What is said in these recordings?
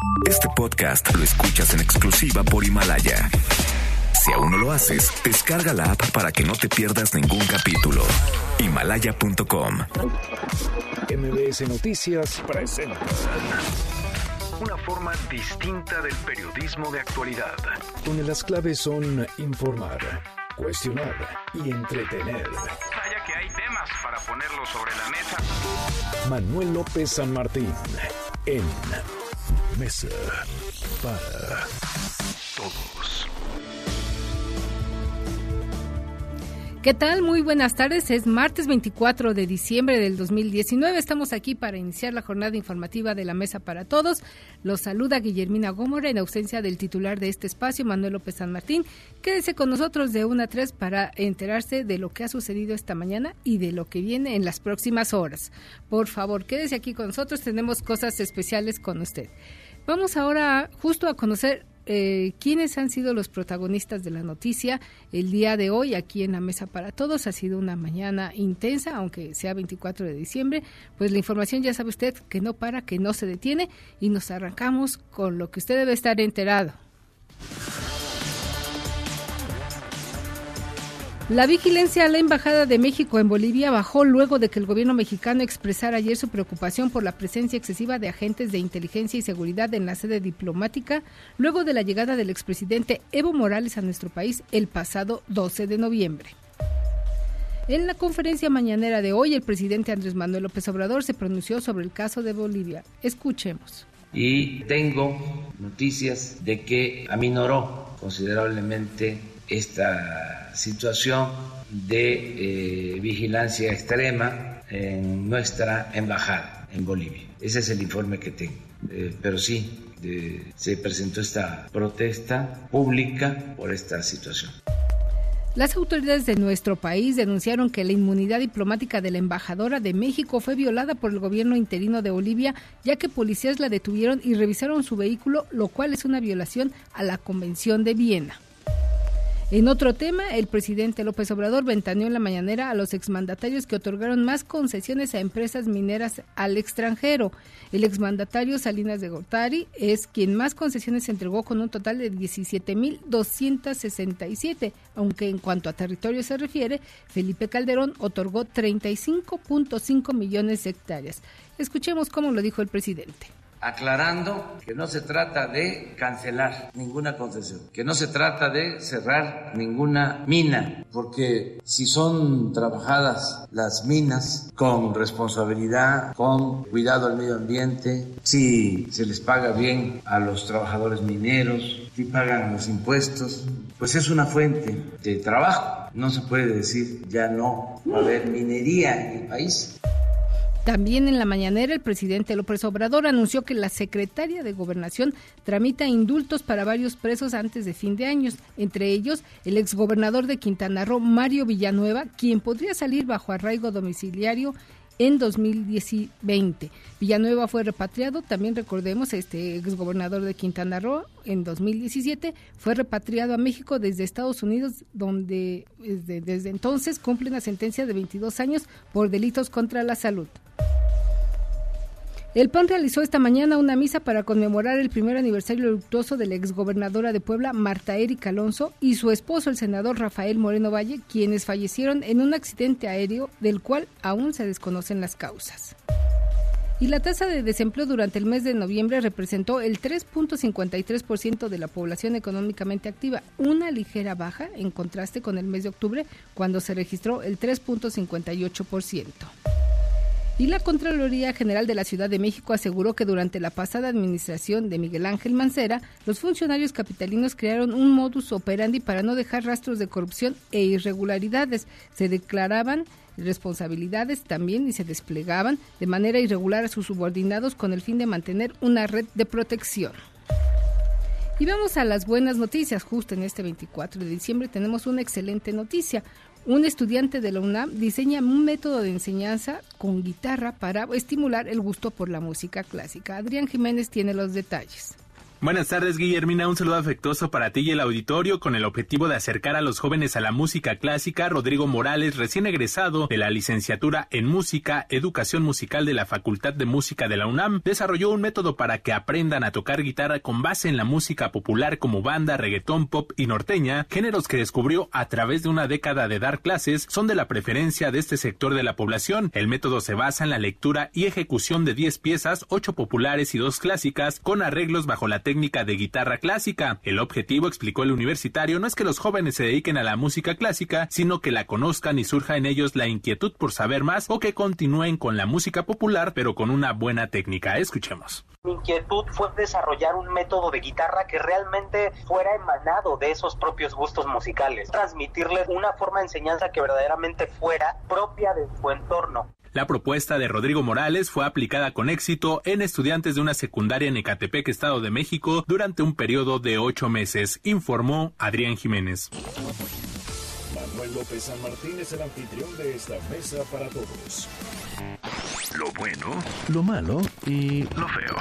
Este podcast lo escuchas en exclusiva por Himalaya. Si aún no lo haces, descarga la app para que no te pierdas ningún capítulo. Himalaya.com. MBS Noticias presenta una forma distinta del periodismo de actualidad, donde las claves son informar, cuestionar y entretener. Vaya que hay temas para ponerlos sobre la mesa. Manuel López San Martín en Mesa para Todos. ¿Qué tal? Muy buenas tardes. Es martes 24 de diciembre del 2019. Estamos aquí para iniciar la jornada informativa de la Mesa para Todos. Los saluda Guillermina Gómora en ausencia del titular de este espacio, Manuel López San Martín. Quédese con nosotros de 1 a 3 para enterarse de lo que ha sucedido esta mañana y de lo que viene en las próximas horas. Por favor, quédese aquí con nosotros. Tenemos cosas especiales con usted. Vamos ahora justo a conocer quiénes han sido los protagonistas de la noticia el día de hoy aquí en la Mesa para Todos. Ha sido una mañana intensa, aunque sea 24 de diciembre, pues la información ya sabe usted que no para, que no se detiene, y nos arrancamos con lo que usted debe estar enterado. La vigilancia a la Embajada de México en Bolivia bajó luego de que el gobierno mexicano expresara ayer su preocupación por la presencia excesiva de agentes de inteligencia y seguridad en la sede diplomática, luego de la llegada del expresidente Evo Morales a nuestro país el pasado 12 de noviembre. En la conferencia mañanera de hoy, el presidente Andrés Manuel López Obrador se pronunció sobre el caso de Bolivia. Escuchemos. Y tengo noticias de que aminoró considerablemente esta situación de vigilancia extrema en nuestra embajada en Bolivia. Ese es el informe que tengo. Pero sí, se presentó esta protesta pública por esta situación. Las autoridades de nuestro país denunciaron que la inmunidad diplomática de la embajadora de México fue violada por el gobierno interino de Bolivia, ya que policías la detuvieron y revisaron su vehículo, lo cual es una violación a la Convención de Viena. En otro tema, el presidente López Obrador ventaneó en la mañanera a los exmandatarios que otorgaron más concesiones a empresas mineras al extranjero. El exmandatario Salinas de Gortari es quien más concesiones entregó, con un total de 17,267, aunque en cuanto a territorio se refiere, Felipe Calderón otorgó 35,5 millones de hectáreas. Escuchemos cómo lo dijo el presidente. Aclarando que no se trata de cancelar ninguna concesión, que no se trata de cerrar ninguna mina, porque si son trabajadas las minas con responsabilidad, con cuidado al medio ambiente, si se les paga bien a los trabajadores mineros, si pagan los impuestos, pues es una fuente de trabajo. No se puede decir ya no va a haber minería en el país. También en la mañanera, el presidente López Obrador anunció que la secretaria de Gobernación tramita indultos para varios presos antes de fin de año, entre ellos el exgobernador de Quintana Roo, Mario Villanueva, quien podría salir bajo arraigo domiciliario en 2020. Villanueva fue repatriado, también recordemos, este exgobernador de Quintana Roo en 2017 fue repatriado a México desde Estados Unidos, donde desde entonces cumple una sentencia de 22 años por delitos contra la salud. El PAN realizó esta mañana una misa para conmemorar el primer aniversario luctuoso de la exgobernadora de Puebla, Marta Erika Alonso, y su esposo, el senador Rafael Moreno Valle, quienes fallecieron en un accidente aéreo del cual aún se desconocen las causas. Y la tasa de desempleo durante el mes de noviembre representó el 3,53% de la población económicamente activa, una ligera baja en contraste con el mes de octubre, cuando se registró el 3,58%. Y la Contraloría General de la Ciudad de México aseguró que durante la pasada administración de Miguel Ángel Mancera, los funcionarios capitalinos crearon un modus operandi para no dejar rastros de corrupción e irregularidades. Se declaraban responsabilidades también y se desplegaban de manera irregular a sus subordinados con el fin de mantener una red de protección. Y vamos a las buenas noticias. Justo en este 24 de diciembre tenemos una excelente noticia. Un estudiante de la UNAM diseña un método de enseñanza con guitarra para estimular el gusto por la música clásica. Adrián Jiménez tiene los detalles. Buenas tardes, Guillermina. Un saludo afectuoso para ti y el auditorio. Con el objetivo de acercar a los jóvenes a la música clásica, Rodrigo Morales, recién egresado de la licenciatura en Música, Educación Musical de la Facultad de Música de la UNAM, desarrolló un método para que aprendan a tocar guitarra con base en la música popular como banda, reggaetón, pop y norteña, géneros que descubrió a través de una década de dar clases, son de la preferencia de este sector de la población. El método se basa en la lectura y ejecución de 10 piezas, 8 populares y 2 clásicas, con arreglos bajo la técnica de guitarra clásica. El objetivo, explicó el universitario, no es que los jóvenes se dediquen a la música clásica, sino que la conozcan y surja en ellos la inquietud por saber más o que continúen con la música popular, pero con una buena técnica. Escuchemos. Mi inquietud fue desarrollar un método de guitarra que realmente fuera emanado de esos propios gustos musicales, transmitirles una forma de enseñanza que verdaderamente fuera propia de su entorno. La propuesta de Rodrigo Morales fue aplicada con éxito en estudiantes de una secundaria en Ecatepec, Estado de México, durante un periodo de 8 meses, informó Adrián Jiménez. Manuel López San Martín es el anfitrión de esta mesa para todos. Lo bueno, Lo malo y lo feo.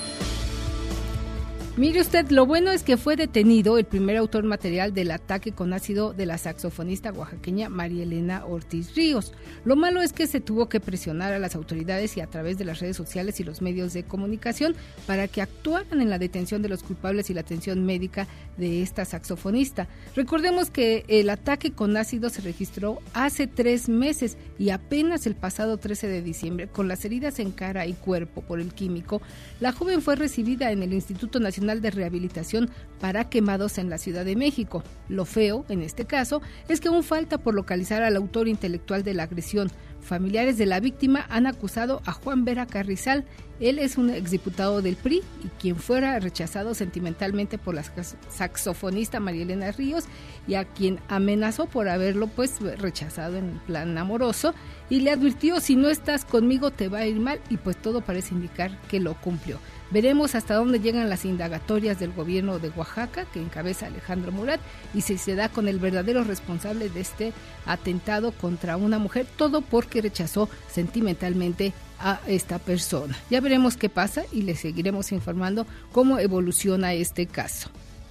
Mire usted, lo bueno es que fue detenido el primer autor material del ataque con ácido de la saxofonista oaxaqueña María Elena Ortiz Ríos. Lo malo es que se tuvo que presionar a las autoridades y a través de las redes sociales y los medios de comunicación para que actuaran en la detención de los culpables y la atención médica de esta saxofonista. Recordemos que el ataque con ácido se registró hace 3 meses y apenas el pasado 13 de diciembre, con las heridas en cara y cuerpo por el químico, la joven fue recibida en el Instituto Nacional de Rehabilitación para Quemados en la Ciudad de México. Lo feo, en este caso, es que aún falta por localizar al autor intelectual de la agresión. Familiares de la víctima han acusado a Juan Vera Carrizal. Él es un exdiputado del PRI y quien fuera rechazado sentimentalmente por la saxofonista María Elena Ríos y a quien amenazó por haberlo rechazado en plan amoroso y le advirtió: si no estás conmigo te va a ir mal, y pues todo parece indicar que lo cumplió. Veremos hasta dónde llegan las indagatorias del gobierno de Oaxaca, que encabeza Alejandro Murat, y si se da con el verdadero responsable de este atentado contra una mujer, todo porque rechazó sentimentalmente a esta persona. Ya veremos qué pasa y les seguiremos informando cómo evoluciona este caso.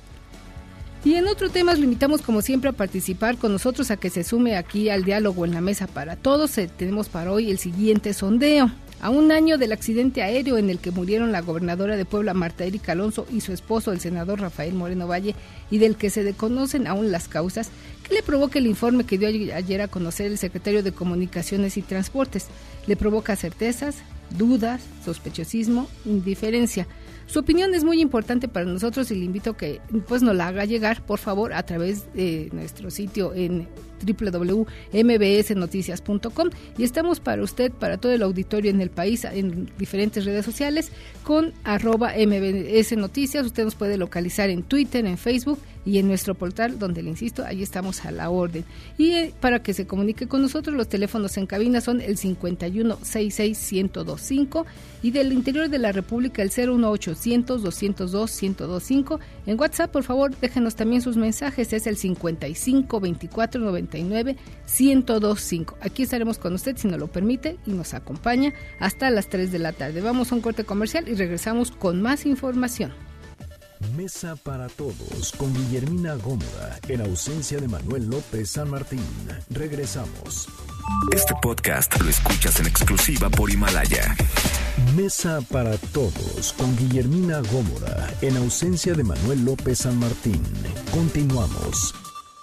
Y en otro tema, lo invitamos como siempre a participar con nosotros, a que se sume aquí al diálogo en la mesa para todos. Tenemos para hoy el siguiente sondeo. A un año del accidente aéreo en el que murieron la gobernadora de Puebla, Marta Erika Alonso, y su esposo, el senador Rafael Moreno Valle, y del que se desconocen aún las causas, ¿qué le provoca el informe que dio ayer a conocer el secretario de Comunicaciones y Transportes? ¿Le provoca certezas, dudas, sospechosismo, indiferencia? Su opinión es muy importante para nosotros y le invito a que nos la haga llegar, por favor, a través de nuestro sitio en www.mbsnoticias.com, y estamos para usted, para todo el auditorio en el país, en diferentes redes sociales con @mbsnoticias. Usted nos puede localizar en Twitter, en Facebook y en nuestro portal, donde le insisto, ahí estamos a la orden. Y para que se comunique con nosotros, los teléfonos en cabina son el 5166-1025 y del interior de la República el 01800-202-1025. En WhatsApp, por favor, déjenos también sus mensajes, es el 552499-1025. Aquí estaremos con usted, si nos lo permite, y nos acompaña hasta las 3 de la tarde. Vamos a un corte comercial y regresamos con más información. Mesa para Todos con Guillermina Gómora, en ausencia de Manuel López San Martín. Regresamos. Este podcast lo escuchas en exclusiva por Himalaya. Mesa para Todos con Guillermina Gómora, en ausencia de Manuel López San Martín. Continuamos.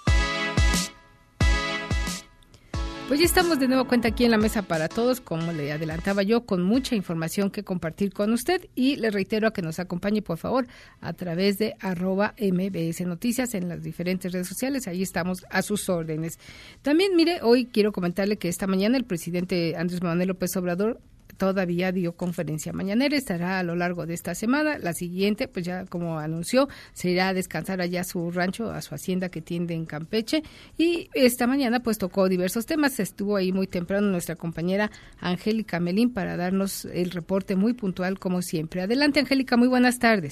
Pues ya estamos de nuevo cuenta aquí en la Mesa para Todos, como le adelantaba yo, con mucha información que compartir con usted, y le reitero a que nos acompañe, por favor, a través de @MBS Noticias en las diferentes redes sociales. Ahí estamos a sus órdenes. También, mire, hoy quiero comentarle que esta mañana el presidente Andrés Manuel López Obrador todavía dio conferencia mañanera, estará a lo largo de esta semana. La siguiente, pues ya como anunció, se irá a descansar allá a su rancho, a su hacienda que tiene en Campeche, y esta mañana pues tocó diversos temas. Estuvo ahí muy temprano nuestra compañera Angélica Melín para darnos el reporte muy puntual como siempre. Adelante, Angélica, muy buenas tardes.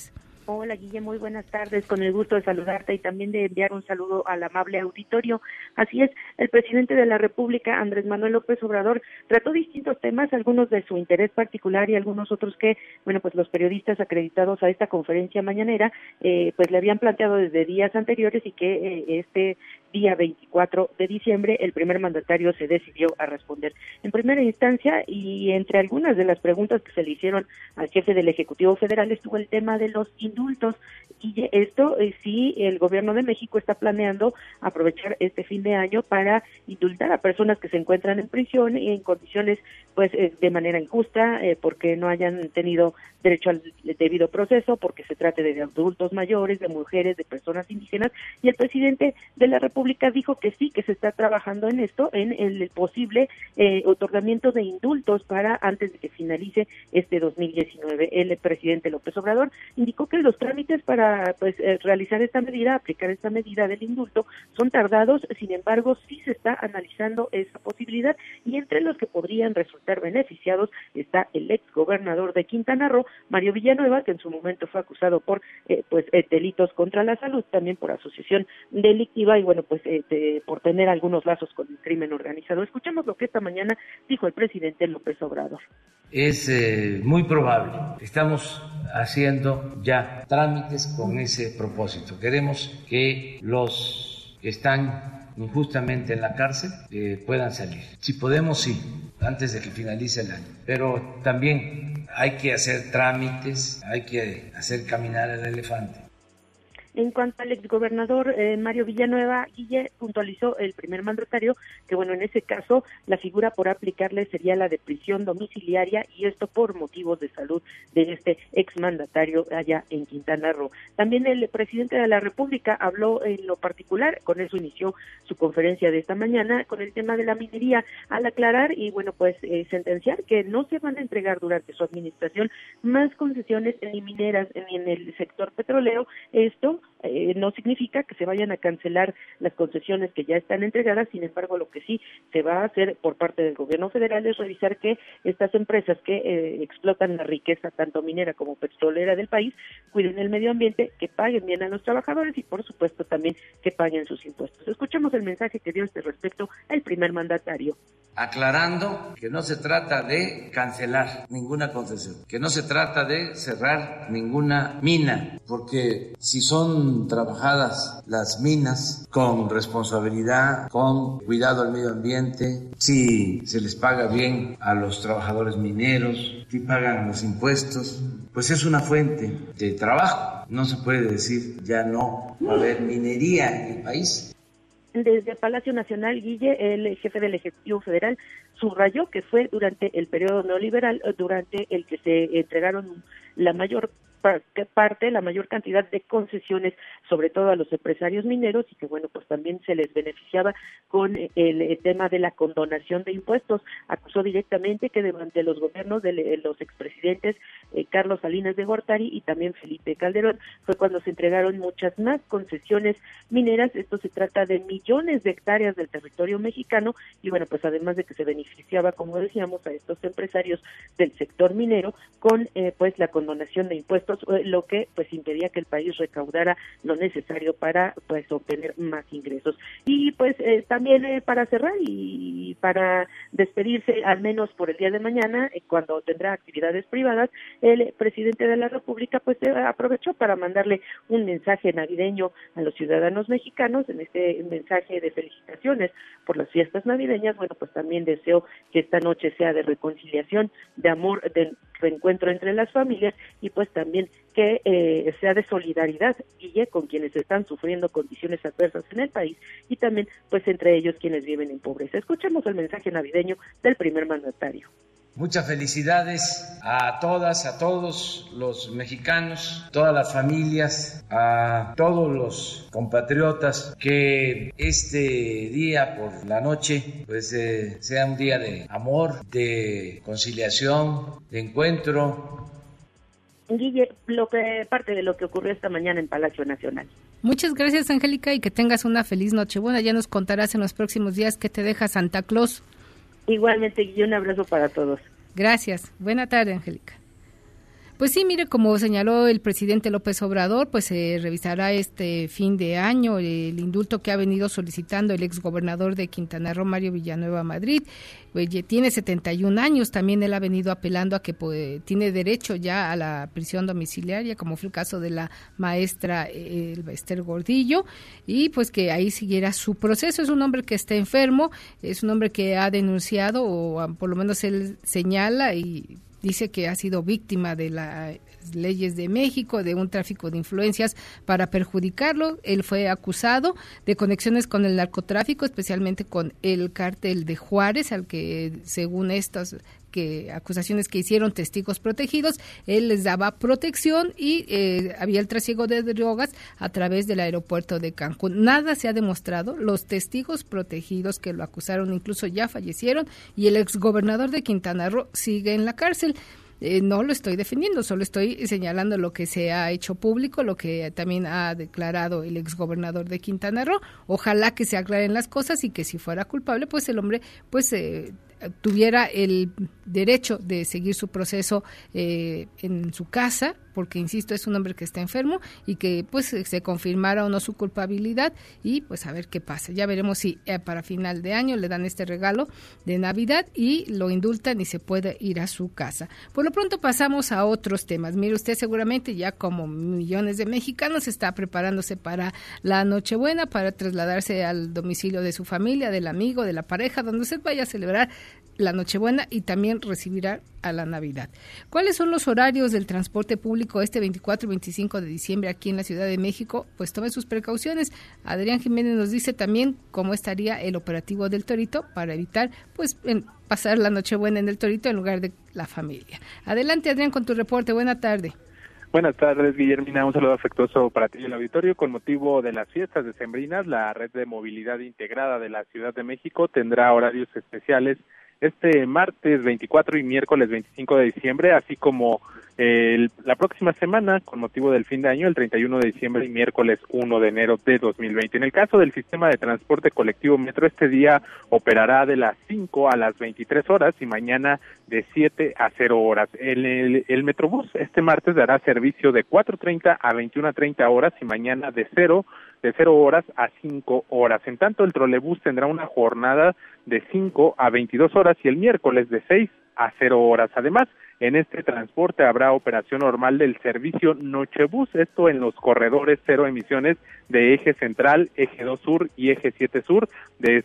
Hola, Guille, muy buenas tardes, con el gusto de saludarte y también de enviar un saludo al amable auditorio. Así es, el presidente de la República, Andrés Manuel López Obrador, trató distintos temas, algunos de su interés particular y algunos otros que, bueno, pues los periodistas acreditados a esta conferencia mañanera, pues le habían planteado desde días anteriores y que este día 24 de diciembre el primer mandatario se decidió a responder. En primera instancia, y entre algunas de las preguntas que se le hicieron al jefe del Ejecutivo Federal, estuvo el tema de los indultos, y esto sí, el gobierno de México está planeando aprovechar este fin de año para indultar a personas que se encuentran en prisión y en condiciones pues de manera injusta, porque no hayan tenido derecho al debido proceso, porque se trate de adultos mayores, de mujeres, de personas indígenas, y el presidente de la República dijo que sí, que se está trabajando en esto, en el posible otorgamiento de indultos para antes de que finalice este 2019. El presidente López Obrador indicó que los trámites para realizar esta medida, aplicar esta medida del indulto, son tardados, sin embargo, sí se está analizando esa posibilidad, y entre los que podrían resultar beneficiados está el ex gobernador de Quintana Roo, Mario Villanueva, que en su momento fue acusado por delitos contra la salud, también por asociación delictiva y bueno, pues por tener algunos lazos con el crimen organizado. Escuchemos lo que esta mañana dijo el presidente López Obrador. Es muy probable. Estamos haciendo ya trámites con ese propósito. Queremos que los que están injustamente en la cárcel puedan salir. Si podemos, sí, antes de que finalice el año. Pero también hay que hacer trámites, hay que hacer caminar al elefante. En cuanto al exgobernador Mario Villanueva, Guille, puntualizó el primer mandatario que, bueno, en ese caso la figura por aplicarle sería la de prisión domiciliaria, y esto por motivos de salud de este exmandatario allá en Quintana Roo. También el presidente de la República habló en lo particular, con eso inició su conferencia de esta mañana, con el tema de la minería, al aclarar y, bueno, pues sentenciar que no se van a entregar durante su administración más concesiones ni mineras ni en el sector petrolero. Esto no significa que se vayan a cancelar las concesiones que ya están entregadas, sin embargo, lo que sí se va a hacer por parte del gobierno federal es revisar que estas empresas que explotan la riqueza, tanto minera como petrolera del país, cuiden el medio ambiente, que paguen bien a los trabajadores y, por supuesto, también que paguen sus impuestos. Escuchemos el mensaje que dio este respecto el primer mandatario. Aclarando que no se trata de cancelar ninguna concesión, que no se trata de cerrar ninguna mina, porque si son trabajadas las minas con responsabilidad, con cuidado al medio ambiente, si se les paga bien a los trabajadores mineros, si pagan los impuestos, pues es una fuente de trabajo. No se puede decir ya no va a haber minería en el país. Desde Palacio Nacional, Guille, el jefe del Ejecutivo Federal, subrayó que fue durante el periodo neoliberal, durante el que se entregaron la mayor cantidad de concesiones, sobre todo a los empresarios mineros, y que bueno, pues también se les beneficiaba con el tema de la condonación de impuestos. Acusó directamente que durante los gobiernos de los expresidentes Carlos Salinas de Gortari y también Felipe Calderón fue cuando se entregaron muchas más concesiones mineras. Esto se trata de millones de hectáreas del territorio mexicano, y bueno, pues además de que se beneficiaba, como decíamos, a estos empresarios del sector minero con pues la condonación de impuestos, lo que pues impedía que el país recaudara lo necesario para pues obtener más ingresos. Y pues también para cerrar y para despedirse, al menos por el día de mañana, cuando tendrá actividades privadas, el presidente de la República pues aprovechó para mandarle un mensaje navideño a los ciudadanos mexicanos. En este mensaje de felicitaciones por las fiestas navideñas, bueno, pues también deseo que esta noche sea de reconciliación, de amor, de reencuentro entre las familias, y pues también que sea de solidaridad, Guille, con quienes están sufriendo condiciones adversas en el país, y también pues entre ellos quienes viven en pobreza. Escuchemos el mensaje navideño del primer mandatario. Muchas felicidades a todas, a todos los mexicanos, todas las familias, a todos los compatriotas, que este día por la noche pues sea un día de amor, de conciliación, de encuentro. Guille, parte de lo que ocurrió esta mañana en Palacio Nacional. Muchas gracias, Angélica, y que tengas una feliz noche. Bueno, ya nos contarás en los próximos días qué te deja Santa Claus. Igualmente, Guille, un abrazo para todos. Gracias. Buena tarde, Angélica. Pues sí, mire, como señaló el presidente López Obrador, pues se revisará este fin de año el indulto que ha venido solicitando el exgobernador de Quintana Roo, Mario Villanueva Madrid. Pues tiene 71 años, también él ha venido apelando a que tiene derecho ya a la prisión domiciliaria, como fue el caso de la maestra Esther Gordillo, y pues que ahí siguiera su proceso. Es un hombre que está enfermo, es un hombre que ha denunciado, o por lo menos él señala y dice que ha sido víctima de las leyes de México, de un tráfico de influencias para perjudicarlo. Él fue acusado de conexiones con el narcotráfico, especialmente con el cártel de Juárez, al que según estas acusaciones que hicieron testigos protegidos, él les daba protección y había el trasiego de drogas a través del aeropuerto de Cancún. Nada se ha demostrado, los testigos protegidos que lo acusaron incluso ya fallecieron y el exgobernador de Quintana Roo sigue en la cárcel. No lo estoy defendiendo, solo estoy señalando lo que se ha hecho público, lo que también ha declarado el exgobernador de Quintana Roo. Ojalá que se aclaren las cosas y que si fuera culpable, pues el hombre tuviera el derecho de seguir su proceso en su casa, porque insisto, es un hombre que está enfermo, y que pues se confirmara o no su culpabilidad y pues a ver qué pasa. Ya veremos si para final de año le dan este regalo de Navidad y lo indultan y se puede ir a su casa. Por lo pronto pasamos a otros temas. Mire, usted seguramente ya como millones de mexicanos está preparándose para la Nochebuena, para trasladarse al domicilio de su familia, del amigo, de la pareja, donde usted vaya a celebrar la Nochebuena y también recibirá a la Navidad. ¿Cuáles son los horarios del transporte público este 24 y 25 de diciembre aquí en la Ciudad de México? Pues tome sus precauciones. Adrián Jiménez nos dice también cómo estaría el operativo del Torito para evitar pues pasar la Nochebuena en el Torito en lugar de la familia. Adelante, Adrián, con tu reporte. Buena tarde. Buenas tardes, Guillermina. Un saludo afectuoso para ti y el auditorio. Con motivo de las fiestas decembrinas, la Red de Movilidad Integrada de la Ciudad de México tendrá horarios especiales este martes 24 y miércoles 25 de diciembre, así como la próxima semana, con motivo del fin de año, el 31 de diciembre y miércoles 1 de enero de 2020. En el caso del sistema de transporte colectivo Metro, este día operará de las 5 a las 23 horas y mañana de 7 a 0 horas. El Metrobús este martes dará servicio de 4:30 a 21:30 horas y mañana de 0 horas a 5 horas. En tanto, el trolebús tendrá una jornada de 5 a 22 horas y el miércoles de 6 a 0 horas. Además, en este transporte habrá operación normal del servicio Nochebús, esto en los corredores cero emisiones de Eje Central, Eje 2 Sur y Eje 7 Sur, de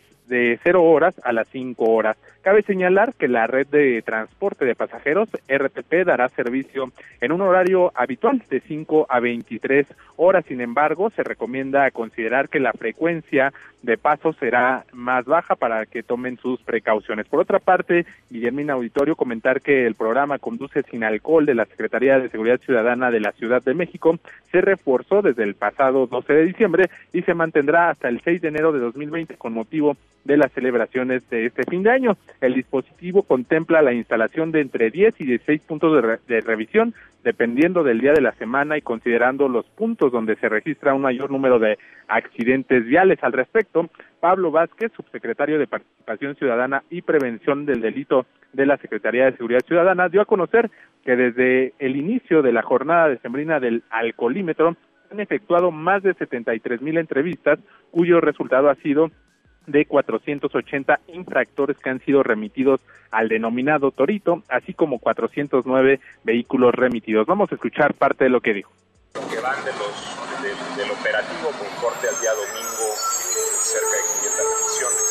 0 horas a las 5 horas. Cabe señalar que la red de transporte de pasajeros, RTP, dará servicio en un horario habitual de 5 a 23 horas. Sin embargo, se recomienda considerar que la frecuencia de pasos será más baja para que tomen sus precauciones. Por otra parte, Guillermina Auditorio, comentar que el programa Conduce Sin Alcohol de la Secretaría de Seguridad Ciudadana de la Ciudad de México se reforzó desde el pasado 12 de diciembre y se mantendrá hasta el 6 de enero de 2020 con motivo de las celebraciones de este fin de año. El dispositivo contempla la instalación de entre 10 y 16 puntos de revisión, dependiendo del día de la semana y considerando los puntos donde se registra un mayor número de accidentes viales. Al respecto, Pablo Vázquez, subsecretario de Participación Ciudadana y Prevención del Delito de la Secretaría de Seguridad Ciudadana, dio a conocer que desde el inicio de la jornada decembrina del alcoholímetro han efectuado más de 73,000 entrevistas, cuyo resultado ha sido de 480 infractores que han sido remitidos al denominado Torito, así como 409 vehículos remitidos. Vamos a escuchar parte de lo que dijo. Que van del operativo con corte al día domingo, cerca de 500 remisiones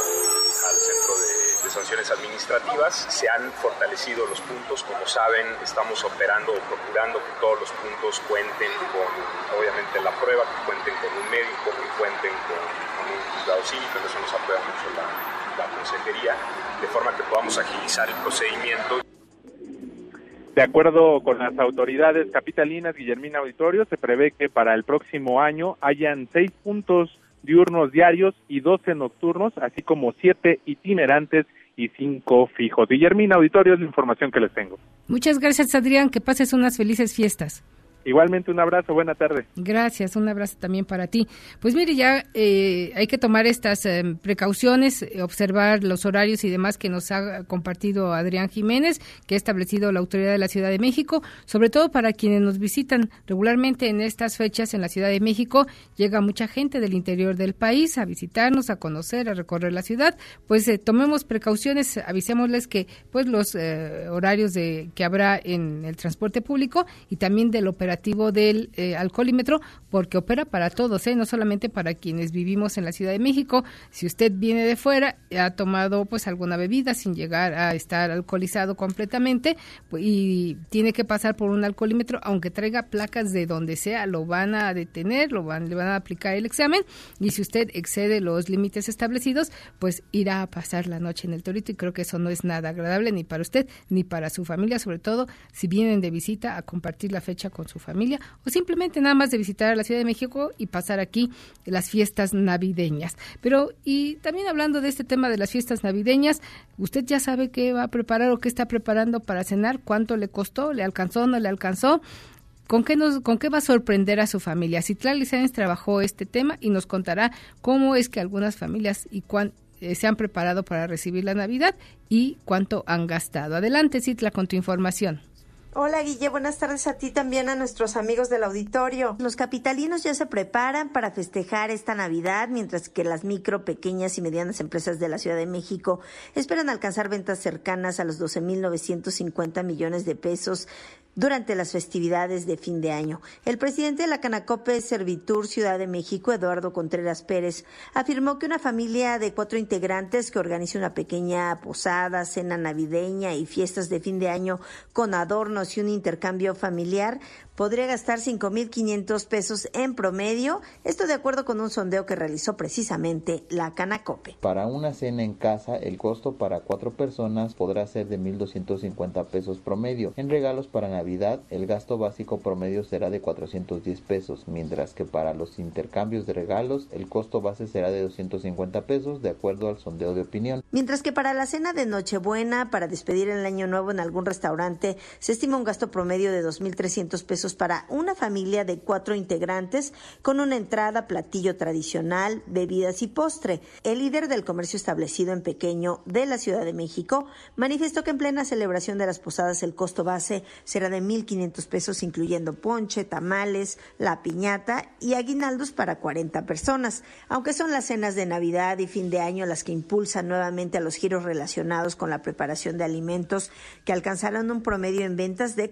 al centro de sanciones administrativas. Se han fortalecido los puntos, como saben, estamos operando o procurando que todos los puntos cuenten con, obviamente, la prueba, que cuenten con un médico, que cuenten con un juzgado cívico. Eso nos aprueba mucho la consejería, de forma que podamos agilizar el procedimiento. De acuerdo con las autoridades capitalinas, Guillermina Auditorio, se prevé que para el próximo año hayan 6 puntos diurnos diarios y 12 nocturnos, así como 7 itinerantes y 5 fijos. Guillermina Auditorio, es la información que les tengo. Muchas gracias, Adrián, que pases unas felices fiestas. Igualmente, un abrazo, buena tarde. Gracias, un abrazo también para ti. Pues mire, ya hay que tomar estas precauciones, observar los horarios y demás que nos ha compartido Adrián Jiménez, que ha establecido la autoridad de la Ciudad de México, sobre todo para quienes nos visitan regularmente en estas fechas en la Ciudad de México. Llega mucha gente del interior del país a visitarnos, a conocer, a recorrer la ciudad. Pues tomemos precauciones, avisémosles que pues los horarios que habrá en el transporte público y también del operativo del alcoholímetro, porque opera para todos, no solamente para quienes vivimos en la Ciudad de México. Si usted viene de fuera, ha tomado pues alguna bebida sin llegar a estar alcoholizado completamente y tiene que pasar por un alcoholímetro, aunque traiga placas de donde sea, lo van a detener, le van a aplicar el examen, y si usted excede los límites establecidos, pues irá a pasar la noche en el Torito, y creo que eso no es nada agradable ni para usted ni para su familia, sobre todo si vienen de visita a compartir la fecha con su familia o simplemente nada más de visitar a la Ciudad de México y pasar aquí las fiestas navideñas. Pero, y también hablando de este tema de las fiestas navideñas, ¿usted ya sabe qué va a preparar o qué está preparando para cenar? ¿Cuánto le costó? ¿Le alcanzó? ¿No le alcanzó? ¿Con qué va a sorprender a su familia? Citlali Sáenz trabajó este tema y nos contará cómo es que algunas familias se han preparado para recibir la Navidad y cuánto han gastado. Adelante, Citla, con tu información. Hola, Guille, buenas tardes a ti, también a nuestros amigos del auditorio. Los capitalinos ya se preparan para festejar esta Navidad, mientras que las micro, pequeñas y medianas empresas de la Ciudad de México esperan alcanzar ventas cercanas a los 12,950 millones de pesos durante las festividades de fin de año. El presidente de la Canacope Servitur Ciudad de México, Eduardo Contreras Pérez, afirmó que una familia de 4 integrantes que organice una pequeña posada, cena navideña y fiestas de fin de año con adornos y un intercambio familiar podría gastar 5,500 pesos en promedio, esto de acuerdo con un sondeo que realizó precisamente la Canacope. Para una cena en casa, el costo para 4 personas podrá ser de 1,250 pesos promedio. En regalos para Navidad, el gasto básico promedio será de 410 pesos, mientras que para los intercambios de regalos, el costo base será de 250 pesos, de acuerdo al sondeo de opinión. Mientras que para la cena de Nochebuena, para despedir el año nuevo en algún restaurante, se estima un gasto promedio de 2,300 pesos para una familia de 4 integrantes, con una entrada, platillo tradicional, bebidas y postre. El líder del comercio establecido en Pequeño de la Ciudad de México manifestó que en plena celebración de las posadas el costo base será de 1,500 pesos, incluyendo ponche, tamales, la piñata y aguinaldos para 40 personas. Aunque son las cenas de Navidad y fin de año las que impulsan nuevamente a los giros relacionados con la preparación de alimentos, que alcanzaron un promedio en ventas de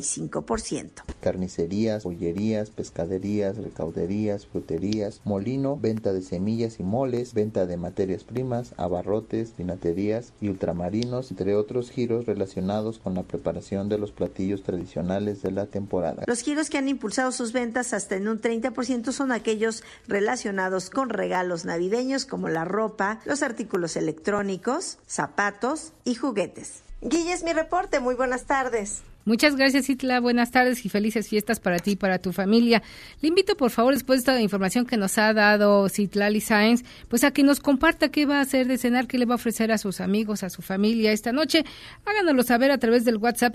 45%. Carnicerías, pollerías, pescaderías, recauderías, fruterías, molino, venta de semillas y moles, venta de materias primas, abarrotes, vinaterías y ultramarinos, entre otros giros relacionados con la preparación de los platillos tradicionales de la temporada. Los giros que han impulsado sus ventas hasta en un 30% son aquellos relacionados con regalos navideños como la ropa, los artículos electrónicos, zapatos y juguetes. Guille, es mi reporte. Muy buenas tardes. Muchas gracias, Itla. Buenas tardes y felices fiestas para ti y para tu familia. Le invito, por favor, después de esta información que nos ha dado Citlali Sáenz, pues a que nos comparta qué va a hacer de cenar, qué le va a ofrecer a sus amigos, a su familia esta noche. Háganoslo saber a través del WhatsApp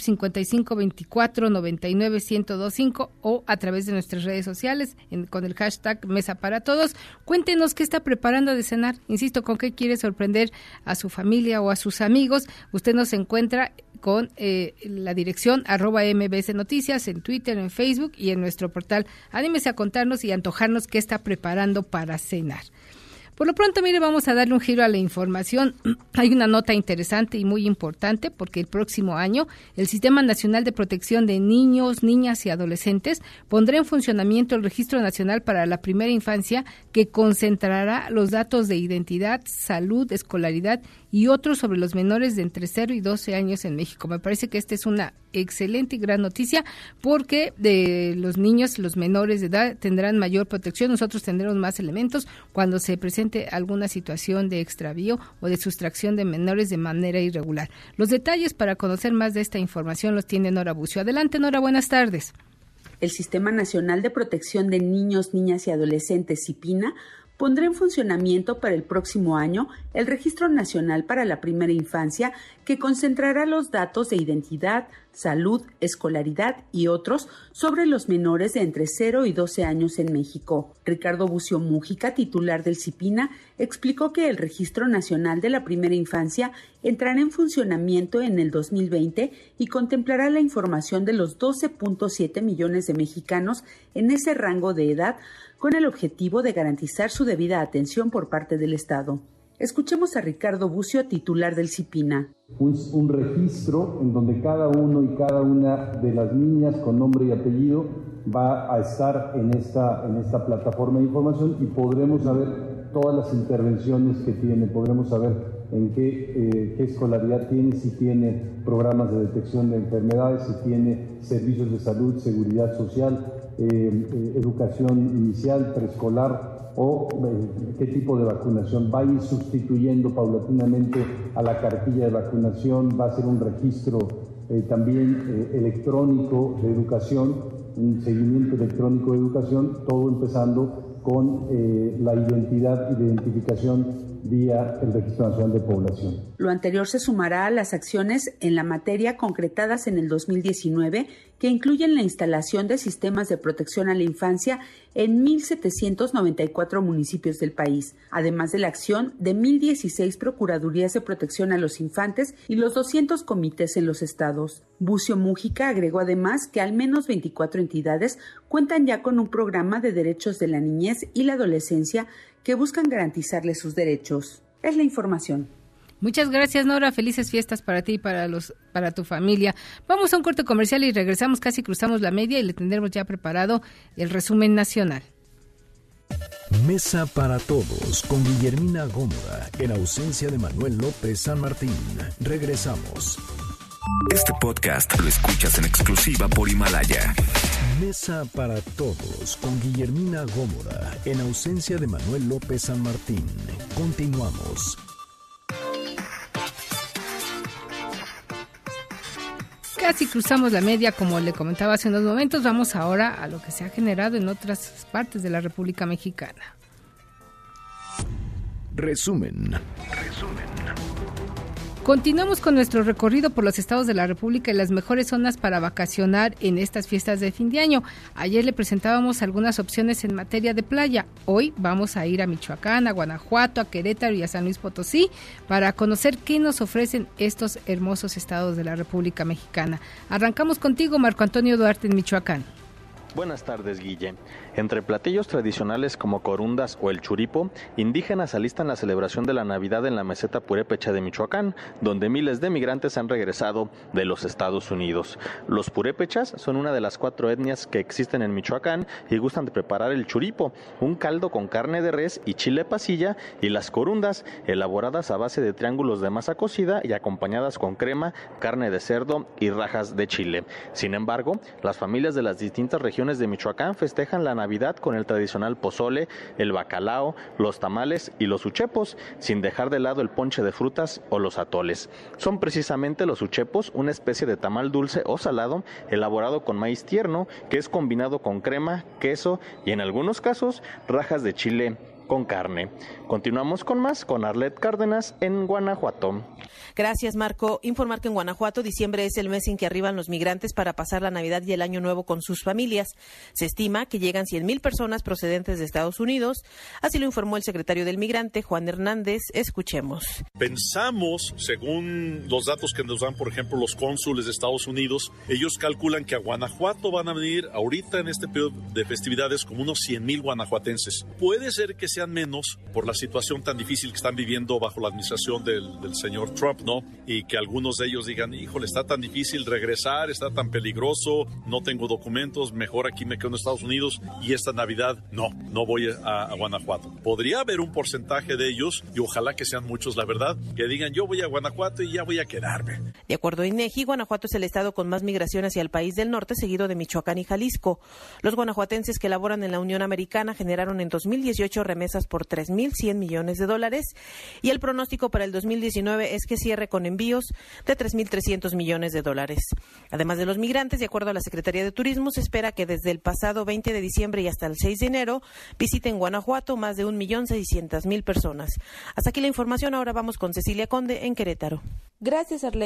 5524-99-1025 o a través de nuestras redes sociales con el hashtag Mesa para Todos. Cuéntenos qué está preparando de cenar. Insisto, con qué quiere sorprender a su familia o a sus amigos. Usted nos encuentra con la dirección @MBS Noticias en Twitter, en Facebook y en nuestro portal. Anímese a contarnos y antojarnos qué está preparando para cenar. Por lo pronto, mire, vamos a darle un giro a la información. Hay una nota interesante y muy importante porque el próximo año el Sistema Nacional de Protección de Niños, Niñas y Adolescentes pondrá en funcionamiento el Registro Nacional para la Primera Infancia, que concentrará los datos de identidad, salud, escolaridad y otros sobre los menores de entre 0 y 12 años en México. Me parece que esta es una excelente y gran noticia porque de los niños, los menores de edad tendrán mayor protección. Nosotros tendremos más elementos cuando se presente alguna situación de extravío o de sustracción de menores de manera irregular. Los detalles para conocer más de esta información los tiene Nora Bucio. Adelante, Nora, buenas tardes. El Sistema Nacional de Protección de Niños, Niñas y Adolescentes, CIPINA, pondrá en funcionamiento para el próximo año el Registro Nacional para la Primera Infancia, que concentrará los datos de identidad, salud, escolaridad y otros sobre los menores de entre 0 y 12 años en México. Ricardo Bucio Mújica, titular del CIPINA, explicó que el Registro Nacional de la Primera Infancia entrará en funcionamiento en el 2020 y contemplará la información de los 12.7 millones de mexicanos en ese rango de edad, con el objetivo de garantizar su debida atención por parte del Estado. Escuchemos a Ricardo Bucio, titular del CIPINA. Un registro en donde cada uno y cada una de las niñas con nombre y apellido va a estar en esta plataforma de información y podremos saber todas las intervenciones que tiene, podremos saber en qué escolaridad tiene, si tiene programas de detección de enfermedades, si tiene servicios de salud, seguridad social, educación inicial, preescolar, o qué tipo de vacunación. Va a ir sustituyendo paulatinamente a la cartilla de vacunación, va a ser un registro también electrónico de educación, un seguimiento electrónico de educación, todo empezando con la identidad y la identificación vía el Registro Nacional de Población. Lo anterior se sumará a las acciones en la materia concretadas en el 2019, que incluyen la instalación de sistemas de protección a la infancia en 1,794 municipios del país, además de la acción de 1,016 Procuradurías de Protección a los Infantes y los 200 comités en los estados. Bucio Mújica agregó además que al menos 24 entidades cuentan ya con un programa de derechos de la niñez y la adolescencia que buscan garantizarles sus derechos. Es la información. Muchas gracias, Nora. Felices fiestas para ti y para tu familia. Vamos a un corte comercial y regresamos, casi cruzamos la media y le tendremos ya preparado el resumen nacional. Mesa para Todos con Guillermina Gómora, en ausencia de Manuel López San Martín. Regresamos. Este podcast lo escuchas en exclusiva por Himalaya. Mesa para Todos con Guillermina Gómora, en ausencia de Manuel López San Martín. Continuamos. Casi cruzamos la media, como le comentaba hace unos momentos. Vamos ahora a lo que se ha generado en otras partes de la República Mexicana. Resumen. Continuamos con nuestro recorrido por los estados de la República y las mejores zonas para vacacionar en estas fiestas de fin de año. Ayer le presentábamos algunas opciones en materia de playa. Hoy vamos a ir a Michoacán, a Guanajuato, a Querétaro y a San Luis Potosí para conocer qué nos ofrecen estos hermosos estados de la República Mexicana. Arrancamos contigo, Marco Antonio Duarte, en Michoacán. Buenas tardes, Guille. Entre platillos tradicionales como corundas o el churipo, indígenas alistan la celebración de la Navidad en la meseta purépecha de Michoacán, donde miles de migrantes han regresado de los Estados Unidos. Los purépechas son una de las 4 etnias que existen en Michoacán y gustan de preparar el churipo, un caldo con carne de res y chile pasilla, y las corundas, elaboradas a base de triángulos de masa cocida y acompañadas con crema, carne de cerdo y rajas de chile. Sin embargo, las familias de las distintas regiones de Michoacán festejan la Navidad con el tradicional pozole, el bacalao, los tamales y los uchepos, sin dejar de lado el ponche de frutas o los atoles. Son precisamente los uchepos una especie de tamal dulce o salado elaborado con maíz tierno que es combinado con crema, queso y en algunos casos rajas de chile con carne. Continuamos con más con Arlet Cárdenas en Guanajuato. Gracias, Marco. Informar que en Guanajuato diciembre es el mes en que arriban los migrantes para pasar la Navidad y el Año Nuevo con sus familias. Se estima que llegan 100,000 personas procedentes de Estados Unidos. Así lo informó el secretario del Migrante, Juan Hernández. Escuchemos. Pensamos, según los datos que nos dan, por ejemplo, los cónsules de Estados Unidos, ellos calculan que a Guanajuato van a venir ahorita en este periodo de festividades como unos 100,000 guanajuatenses. Puede ser que sean menos por la situación tan difícil que están viviendo bajo la administración del señor Trump, ¿no? Y que algunos de ellos digan, híjole, está tan difícil regresar, está tan peligroso, no tengo documentos, mejor aquí me quedo en Estados Unidos y esta Navidad no voy a Guanajuato. Podría haber un porcentaje de ellos, y ojalá que sean muchos, la verdad, que digan, yo voy a Guanajuato y ya voy a quedarme. De acuerdo a INEGI, Guanajuato es el estado con más migración hacia el país del norte, seguido de Michoacán y Jalisco. Los guanajuatenses que laboran en la Unión Americana generaron en 2018 remesas por $3,100 millones y el pronóstico para el 2019 es que cierre con envíos de $3,300 millones. Además de los migrantes, de acuerdo a la Secretaría de Turismo, se espera que desde el pasado 20 de diciembre y hasta el 6 de enero visiten Guanajuato más de 1,600,000 personas. Hasta aquí la información, ahora vamos con Cecilia Conde en Querétaro. Gracias, Arlet.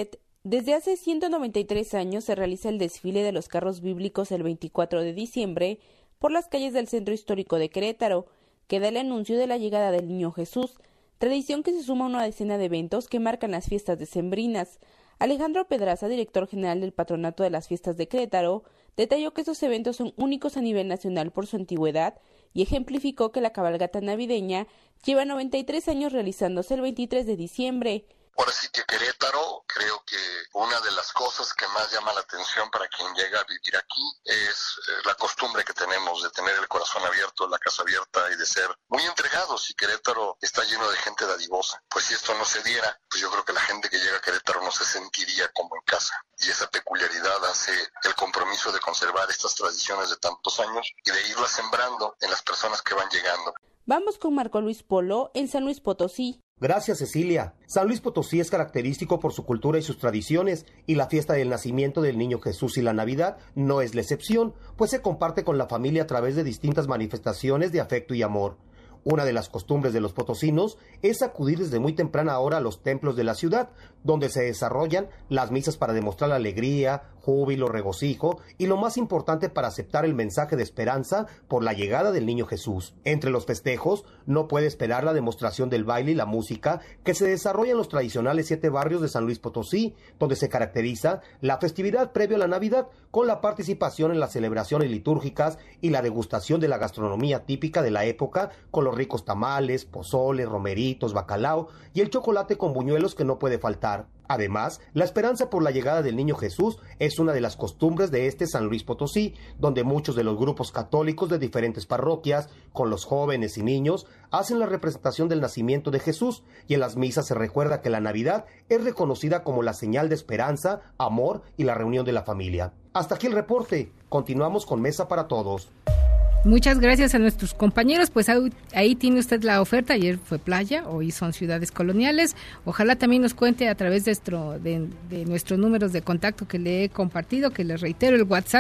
Desde hace 193 años se realiza el desfile de los carros bíblicos el 24 de diciembre por las calles del centro histórico de Querétaro, que da el anuncio de la llegada del Niño Jesús, tradición que se suma a una decena de eventos que marcan las fiestas decembrinas. Alejandro Pedraza, director general del Patronato de las Fiestas de Querétaro, detalló que estos eventos son únicos a nivel nacional por su antigüedad y ejemplificó que la cabalgata navideña lleva 93 años realizándose el 23 de diciembre. Ahora sí que Querétaro, creo que una de las cosas que más llama la atención para quien llega a vivir aquí es la costumbre que tenemos de tener el corazón abierto, la casa abierta y de ser muy entregados. Y Querétaro está lleno de gente dadivosa. Pues si esto no se diera, pues yo creo que la gente que llega a Querétaro no se sentiría como en casa. Y esa peculiaridad hace el compromiso de conservar estas tradiciones de tantos años y de irlas sembrando en las personas que van llegando. Vamos con Marco Luis Polo en San Luis Potosí. Gracias, Cecilia. San Luis Potosí es característico por su cultura y sus tradiciones, y la fiesta del nacimiento del Niño Jesús y la Navidad no es la excepción, pues se comparte con la familia a través de distintas manifestaciones de afecto y amor. Una de las costumbres de los potosinos es acudir desde muy temprana hora a los templos de la ciudad, donde se desarrollan las misas para demostrar la alegría, júbilo, regocijo y lo más importante para aceptar el mensaje de esperanza por la llegada del Niño Jesús. Entre los festejos no puede esperar la demostración del baile y la música que se desarrolla en los tradicionales 7 barrios de San Luis Potosí, donde se caracteriza la festividad previo a la Navidad con la participación en las celebraciones litúrgicas y la degustación de la gastronomía típica de la época con los ricos tamales, pozole, romeritos, bacalao y el chocolate con buñuelos que no puede faltar. Además, la esperanza por la llegada del Niño Jesús es una de las costumbres de este San Luis Potosí, donde muchos de los grupos católicos de diferentes parroquias, con los jóvenes y niños, hacen la representación del nacimiento de Jesús, y en las misas se recuerda que la Navidad es reconocida como la señal de esperanza, amor y la reunión de la familia. Hasta aquí el reporte. Continuamos con Mesa para Todos. Muchas gracias a nuestros compañeros, pues ahí tiene usted la oferta. Ayer fue playa, hoy son ciudades coloniales. Ojalá también nos cuente a través de nuestros números de contacto que le he compartido, que les reitero, el WhatsApp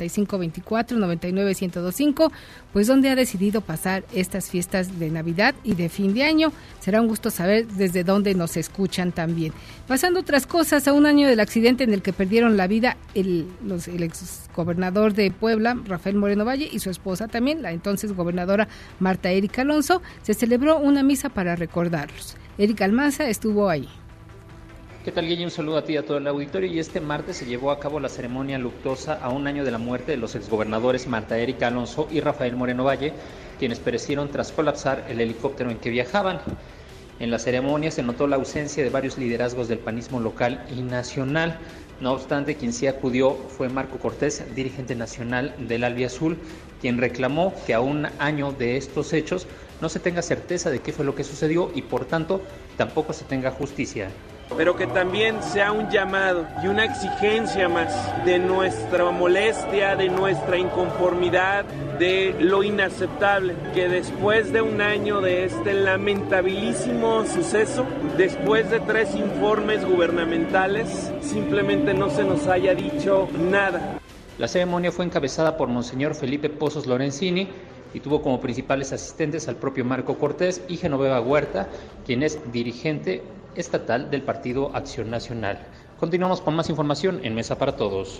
5524-99125, pues dónde ha decidido pasar estas fiestas de Navidad y de fin de año. Será un gusto saber desde dónde nos escuchan también. Pasando otras cosas, a un año del accidente en el que perdieron la vida el exgobernador de Puebla, Rafael Moreno Valle, y su esposa también, la entonces gobernadora Marta Erika Alonso, se celebró una misa para recordarlos. Erika Almanza estuvo ahí. ¿Qué tal, Guille? Un saludo a ti y a todo el auditorio. Y este martes se llevó a cabo la ceremonia luctuosa a un año de la muerte de los exgobernadores Marta Erika Alonso y Rafael Moreno Valle, quienes perecieron tras colapsar el helicóptero en que viajaban. En la ceremonia se notó la ausencia de varios liderazgos del panismo local y nacional. No obstante, quien sí acudió fue Marco Cortés, dirigente nacional del Albiazul, quien reclamó que a un año de estos hechos no se tenga certeza de qué fue lo que sucedió y por tanto tampoco se tenga justicia. Pero que también sea un llamado y una exigencia más de nuestra molestia, de nuestra inconformidad, de lo inaceptable, que después de un año de este lamentabilísimo suceso, después de 3 informes gubernamentales, simplemente no se nos haya dicho nada. La ceremonia fue encabezada por Monseñor Felipe Pozos Lorenzini y tuvo como principales asistentes al propio Marco Cortés y Genoveva Huerta, quien es dirigente estatal del Partido Acción Nacional. Continuamos con más información en Mesa para Todos.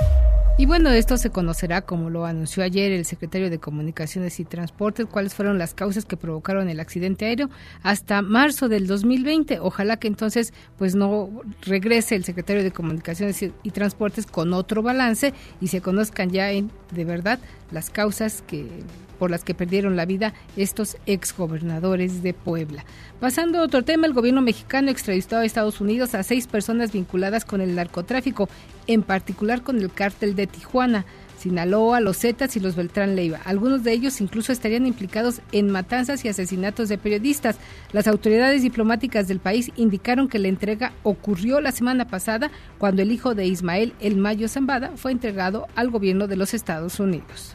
Y bueno, esto se conocerá, como lo anunció ayer el secretario de Comunicaciones y Transportes, cuáles fueron las causas que provocaron el accidente aéreo hasta marzo del 2020. Ojalá que entonces pues no regrese el secretario de Comunicaciones y Transportes con otro balance y se conozcan ya de verdad las causas por las que perdieron la vida estos exgobernadores de Puebla. Pasando a otro tema, el gobierno mexicano extraditó a Estados Unidos a 6 personas vinculadas con el narcotráfico, en particular con el cártel de Tijuana, Sinaloa, los Zetas y los Beltrán Leiva. Algunos de ellos incluso estarían implicados en matanzas y asesinatos de periodistas. Las autoridades diplomáticas del país indicaron que la entrega ocurrió la semana pasada, cuando el hijo de Ismael El Mayo Zambada fue entregado al gobierno de los Estados Unidos.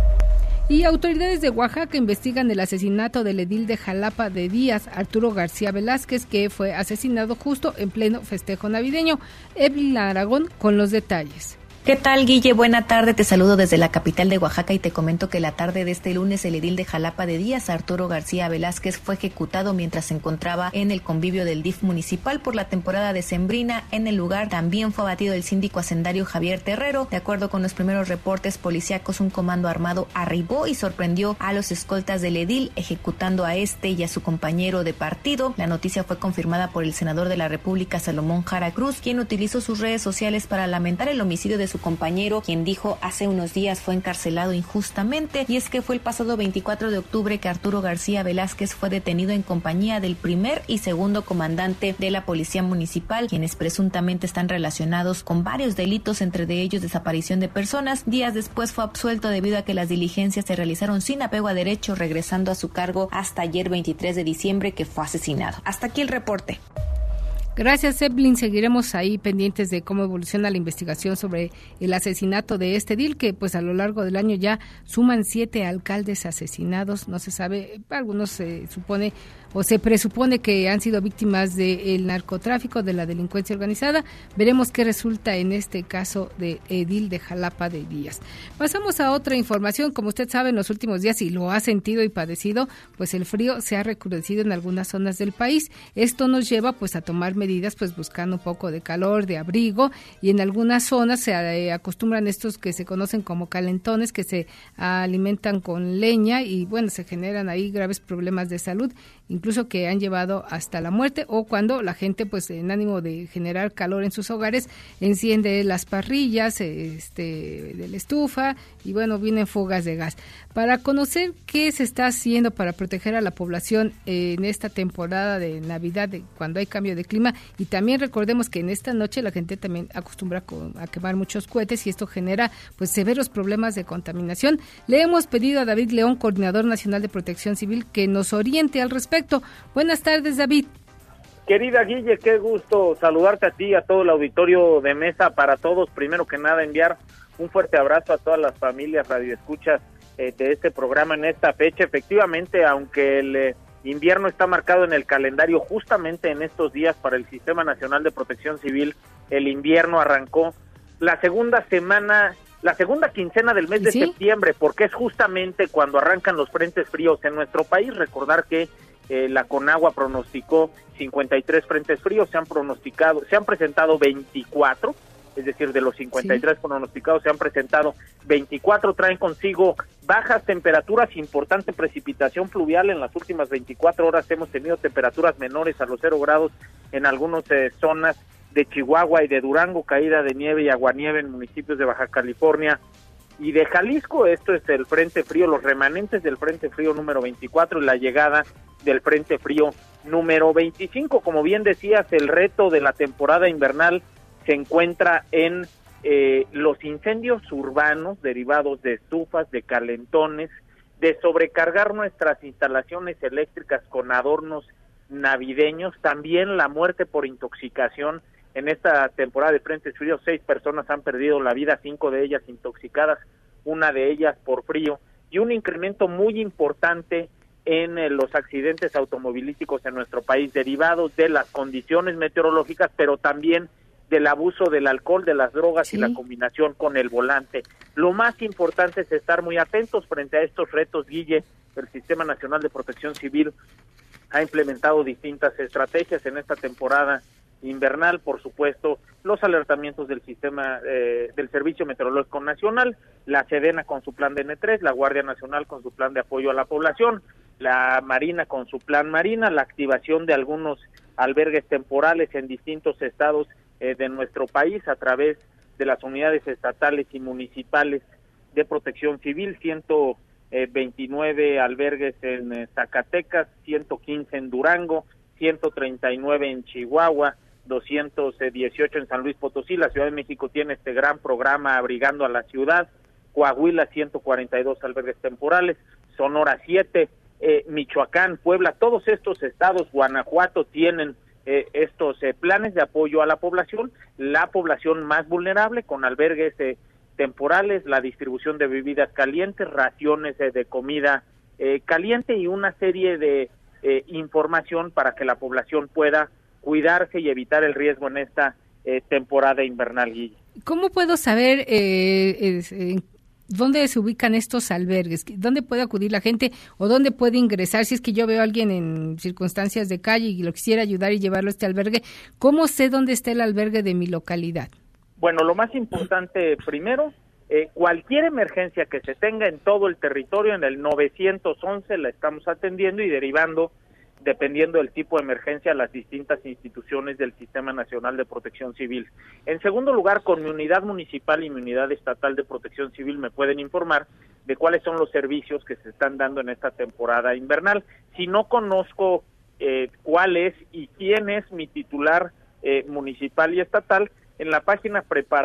Y autoridades de Oaxaca investigan el asesinato del edil de Jalapa de Díaz, Arturo García Velázquez, que fue asesinado justo en pleno festejo navideño. Evelyn Aragón con los detalles. ¿Qué tal, Guille? Buena tarde, te saludo desde la capital de Oaxaca y te comento que la tarde de este lunes el edil de Jalapa de Díaz, Arturo García Velázquez, fue ejecutado mientras se encontraba en el convivio del DIF municipal por la temporada decembrina. En el lugar también fue abatido el síndico hacendario Javier Terrero. De acuerdo con los primeros reportes policíacos, un comando armado arribó y sorprendió a los escoltas del edil, ejecutando a este y a su compañero de partido. La noticia fue confirmada por el senador de la República, Salomón Jara Cruz, quien utilizó sus redes sociales para lamentar el homicidio de su compañero, quien dijo hace unos días fue encarcelado injustamente. Y es que fue el pasado 24 de octubre que Arturo García Velázquez fue detenido en compañía del primer y segundo comandante de la Policía Municipal, quienes presuntamente están relacionados con varios delitos, entre de ellos desaparición de personas. Días después fue absuelto debido a que las diligencias se realizaron sin apego a derecho, regresando a su cargo hasta ayer 23 de diciembre que fue asesinado. Hasta aquí el reporte. Gracias, Evelyn. Seguiremos ahí pendientes de cómo evoluciona la investigación sobre el asesinato de este edil, que pues a lo largo del año ya suman 7 alcaldes asesinados. No se sabe, algunos se supone o se presupone que han sido víctimas del narcotráfico, de la delincuencia organizada. Veremos qué resulta en este caso de edil de Jalapa de Díaz. Pasamos a otra información. Como usted sabe, en los últimos días, y lo ha sentido y padecido, pues el frío se ha recrudecido en algunas zonas del país. Esto nos lleva pues a tomar medidas pues buscando un poco de calor, de abrigo, y en algunas zonas se acostumbran estos que se conocen como calentones, que se alimentan con leña y bueno, se generan ahí graves problemas de salud, incluso que han llevado hasta la muerte, o cuando la gente pues en ánimo de generar calor en sus hogares enciende las parrillas de la estufa y bueno, vienen fugas de gas. Para conocer qué se está haciendo para proteger a la población en esta temporada de Navidad, cuando hay cambio de clima, y también recordemos que en esta noche la gente también acostumbra a quemar muchos cohetes y esto genera pues severos problemas de contaminación, le hemos pedido a David León, coordinador nacional de Protección Civil, que nos oriente al respecto. Buenas tardes, David. Querida Guille, qué gusto saludarte a ti y a todo el auditorio de Mesa para Todos. Primero que nada, enviar un fuerte abrazo a todas las familias radioescuchas de este programa en esta fecha. Efectivamente, aunque el invierno está marcado en el calendario justamente en estos días para el Sistema Nacional de Protección Civil, el invierno arrancó la segunda quincena del mes de septiembre, porque es justamente cuando arrancan los frentes fríos en nuestro país. Recordar que la Conagua pronosticó 53 frentes fríos, se han presentado 24, es decir, de los 53 pronosticados se han presentado 24, traen consigo bajas temperaturas, importante precipitación pluvial. En las últimas 24 horas hemos tenido temperaturas menores a los 0 grados en algunas zonas de Chihuahua y de Durango, caída de nieve y aguanieve en municipios de Baja California y de Jalisco. Esto es el Frente Frío, los remanentes del Frente Frío número 24 y la llegada del Frente Frío número 25. Como bien decías, el reto de la temporada invernal se encuentra en los incendios urbanos derivados de estufas, de calentones, de sobrecargar nuestras instalaciones eléctricas con adornos navideños, también la muerte por intoxicación. En esta temporada de Frentes Fríos, 6 personas han perdido la vida, 5 de ellas intoxicadas, una de ellas por frío, y un incremento muy importante en los accidentes automovilísticos en nuestro país, derivados de las condiciones meteorológicas, pero también del abuso del alcohol, de las drogas y la combinación con el volante. Lo más importante es estar muy atentos frente a estos retos, Guille. El Sistema Nacional de Protección Civil ha implementado distintas estrategias en esta temporada invernal, por supuesto, los alertamientos del sistema del Servicio Meteorológico Nacional, la Sedena con su plan de N3, la Guardia Nacional con su plan de apoyo a la población, la Marina con su plan Marina, la activación de algunos albergues temporales en distintos estados de nuestro país a través de las unidades estatales y municipales de protección civil, 129 albergues en Zacatecas, 115 en Durango, 139 en Chihuahua, 218 en San Luis Potosí. La Ciudad de México tiene este gran programa Abrigando a la Ciudad. Coahuila, 142 albergues temporales, Sonora 7, Michoacán, Puebla, todos estos estados, Guanajuato, tienen estos planes de apoyo a la población más vulnerable, con albergues temporales, la distribución de bebidas calientes, raciones de comida caliente y una serie de información para que la población pueda cuidarse y evitar el riesgo en esta temporada invernal, Guille. ¿Cómo puedo saber dónde se ubican estos albergues? ¿Dónde puede acudir la gente o dónde puede ingresar? Si es que yo veo a alguien en circunstancias de calle y lo quisiera ayudar y llevarlo a este albergue, ¿cómo sé dónde está el albergue de mi localidad? Bueno, lo más importante primero, cualquier emergencia que se tenga en todo el territorio, en el 911 la estamos atendiendo y derivando, dependiendo del tipo de emergencia, a las distintas instituciones del Sistema Nacional de Protección Civil. En segundo lugar, con mi unidad municipal y mi unidad estatal de Protección Civil me pueden informar de cuáles son los servicios que se están dando en esta temporada invernal. Si no conozco cuál es y quién es mi titular municipal y estatal, en la página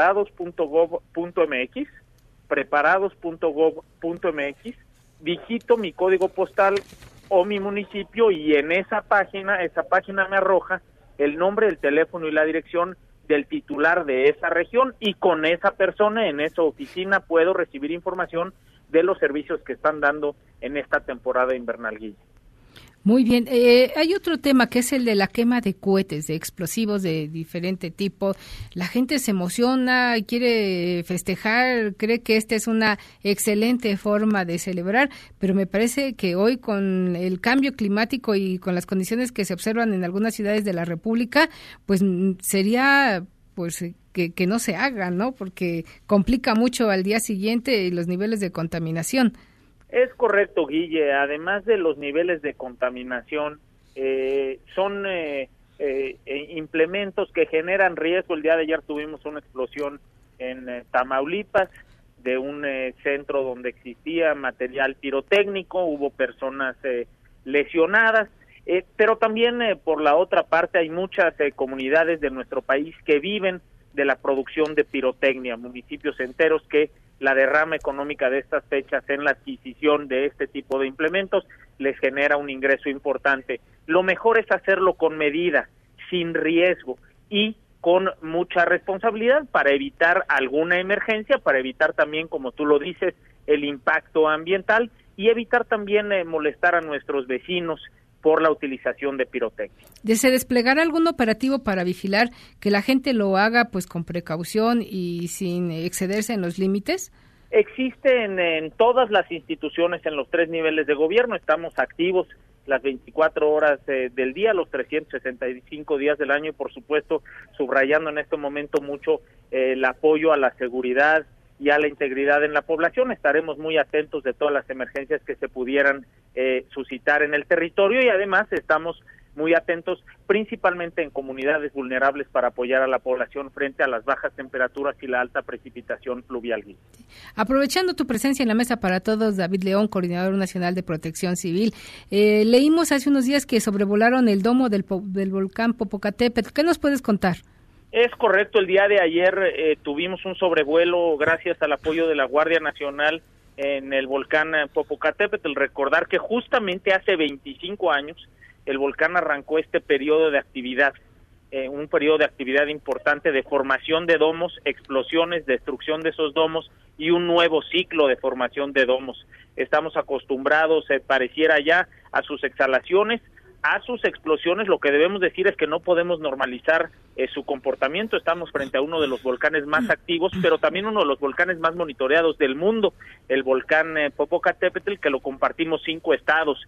preparados.gov.mx, digito mi código postal o mi municipio y en esa página me arroja el nombre, el teléfono y la dirección del titular de esa región, y con esa persona en esa oficina puedo recibir información de los servicios que están dando en esta temporada invernal, Guille. Muy bien. Hay otro tema que es el de la quema de cohetes, de explosivos de diferente tipo. La gente se emociona, quiere festejar, cree que esta es una excelente forma de celebrar, pero me parece que hoy con el cambio climático y con las condiciones que se observan en algunas ciudades de la República, pues sería que no se haga, ¿no? Porque complica mucho al día siguiente los niveles de contaminación. Es correcto, Guille. Además de los niveles de contaminación, son implementos que generan riesgo. El día de ayer tuvimos una explosión en Tamaulipas de un centro donde existía material pirotécnico, hubo personas lesionadas, pero también por la otra parte hay muchas comunidades de nuestro país que viven de la producción de pirotecnia, municipios enteros que la derrama económica de estas fechas en la adquisición de este tipo de implementos les genera un ingreso importante. Lo mejor es hacerlo con medida, sin riesgo y con mucha responsabilidad para evitar alguna emergencia, para evitar también, como tú lo dices, el impacto ambiental y evitar también molestar a nuestros vecinos por la utilización de pirotecnia. ¿Se desplegará algún operativo para vigilar que la gente lo haga pues con precaución y sin excederse en los límites? Existen en todas las instituciones, en los 3 niveles de gobierno, estamos activos las 24 horas del día, los 365 días del año y por supuesto subrayando en este momento mucho el apoyo a la seguridad y a la integridad en la población. Estaremos muy atentos de todas las emergencias que se pudieran suscitar en el territorio y además estamos muy atentos principalmente en comunidades vulnerables para apoyar a la población frente a las bajas temperaturas y la alta precipitación pluvial. Aprovechando tu presencia en la mesa para todos, David León, Coordinador Nacional de Protección Civil, leímos hace unos días que sobrevolaron el domo del volcán Popocatépetl. ¿Qué nos puedes contar? Es correcto, el día de ayer tuvimos un sobrevuelo gracias al apoyo de la Guardia Nacional en el volcán Popocatépetl. Recordar que justamente hace 25 años el volcán arrancó este periodo de actividad, un periodo de actividad importante de formación de domos, explosiones, destrucción de esos domos y un nuevo ciclo de formación de domos. Estamos acostumbrados, pareciera ya, a sus exhalaciones, a sus explosiones. Lo que debemos decir es que no podemos normalizar su comportamiento. Estamos frente a uno de los volcanes más activos, pero también uno de los volcanes más monitoreados del mundo, el volcán Popocatépetl, que lo compartimos 5 estados.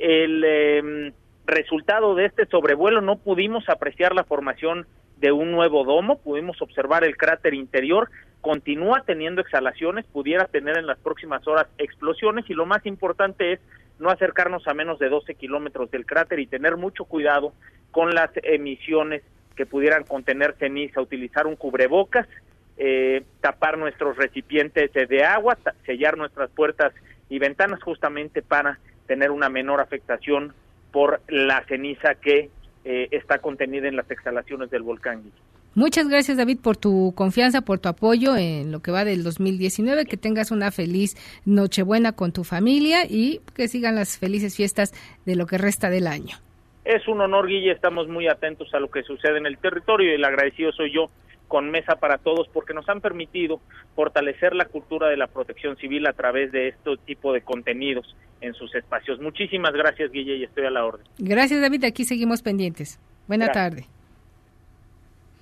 El resultado de este sobrevuelo, no pudimos apreciar la formación de un nuevo domo, pudimos observar el cráter interior, continúa teniendo exhalaciones, pudiera tener en las próximas horas explosiones y lo más importante es no acercarnos a menos de 12 kilómetros del cráter y tener mucho cuidado con las emisiones que pudieran contener ceniza, utilizar un cubrebocas, tapar nuestros recipientes de agua, sellar nuestras puertas y ventanas justamente para tener una menor afectación por la ceniza que está contenida en las exhalaciones del volcán. Muchas gracias, David, por tu confianza, por tu apoyo en lo que va del 2019, que tengas una feliz Nochebuena con tu familia y que sigan las felices fiestas de lo que resta del año. Es un honor, Guille, estamos muy atentos a lo que sucede en el territorio y el agradecido soy yo con Mesa para Todos porque nos han permitido fortalecer la cultura de la protección civil a través de este tipo de contenidos en sus espacios. Muchísimas gracias, Guille, y estoy a la orden. Gracias, David, aquí seguimos pendientes. Buena tarde. Pues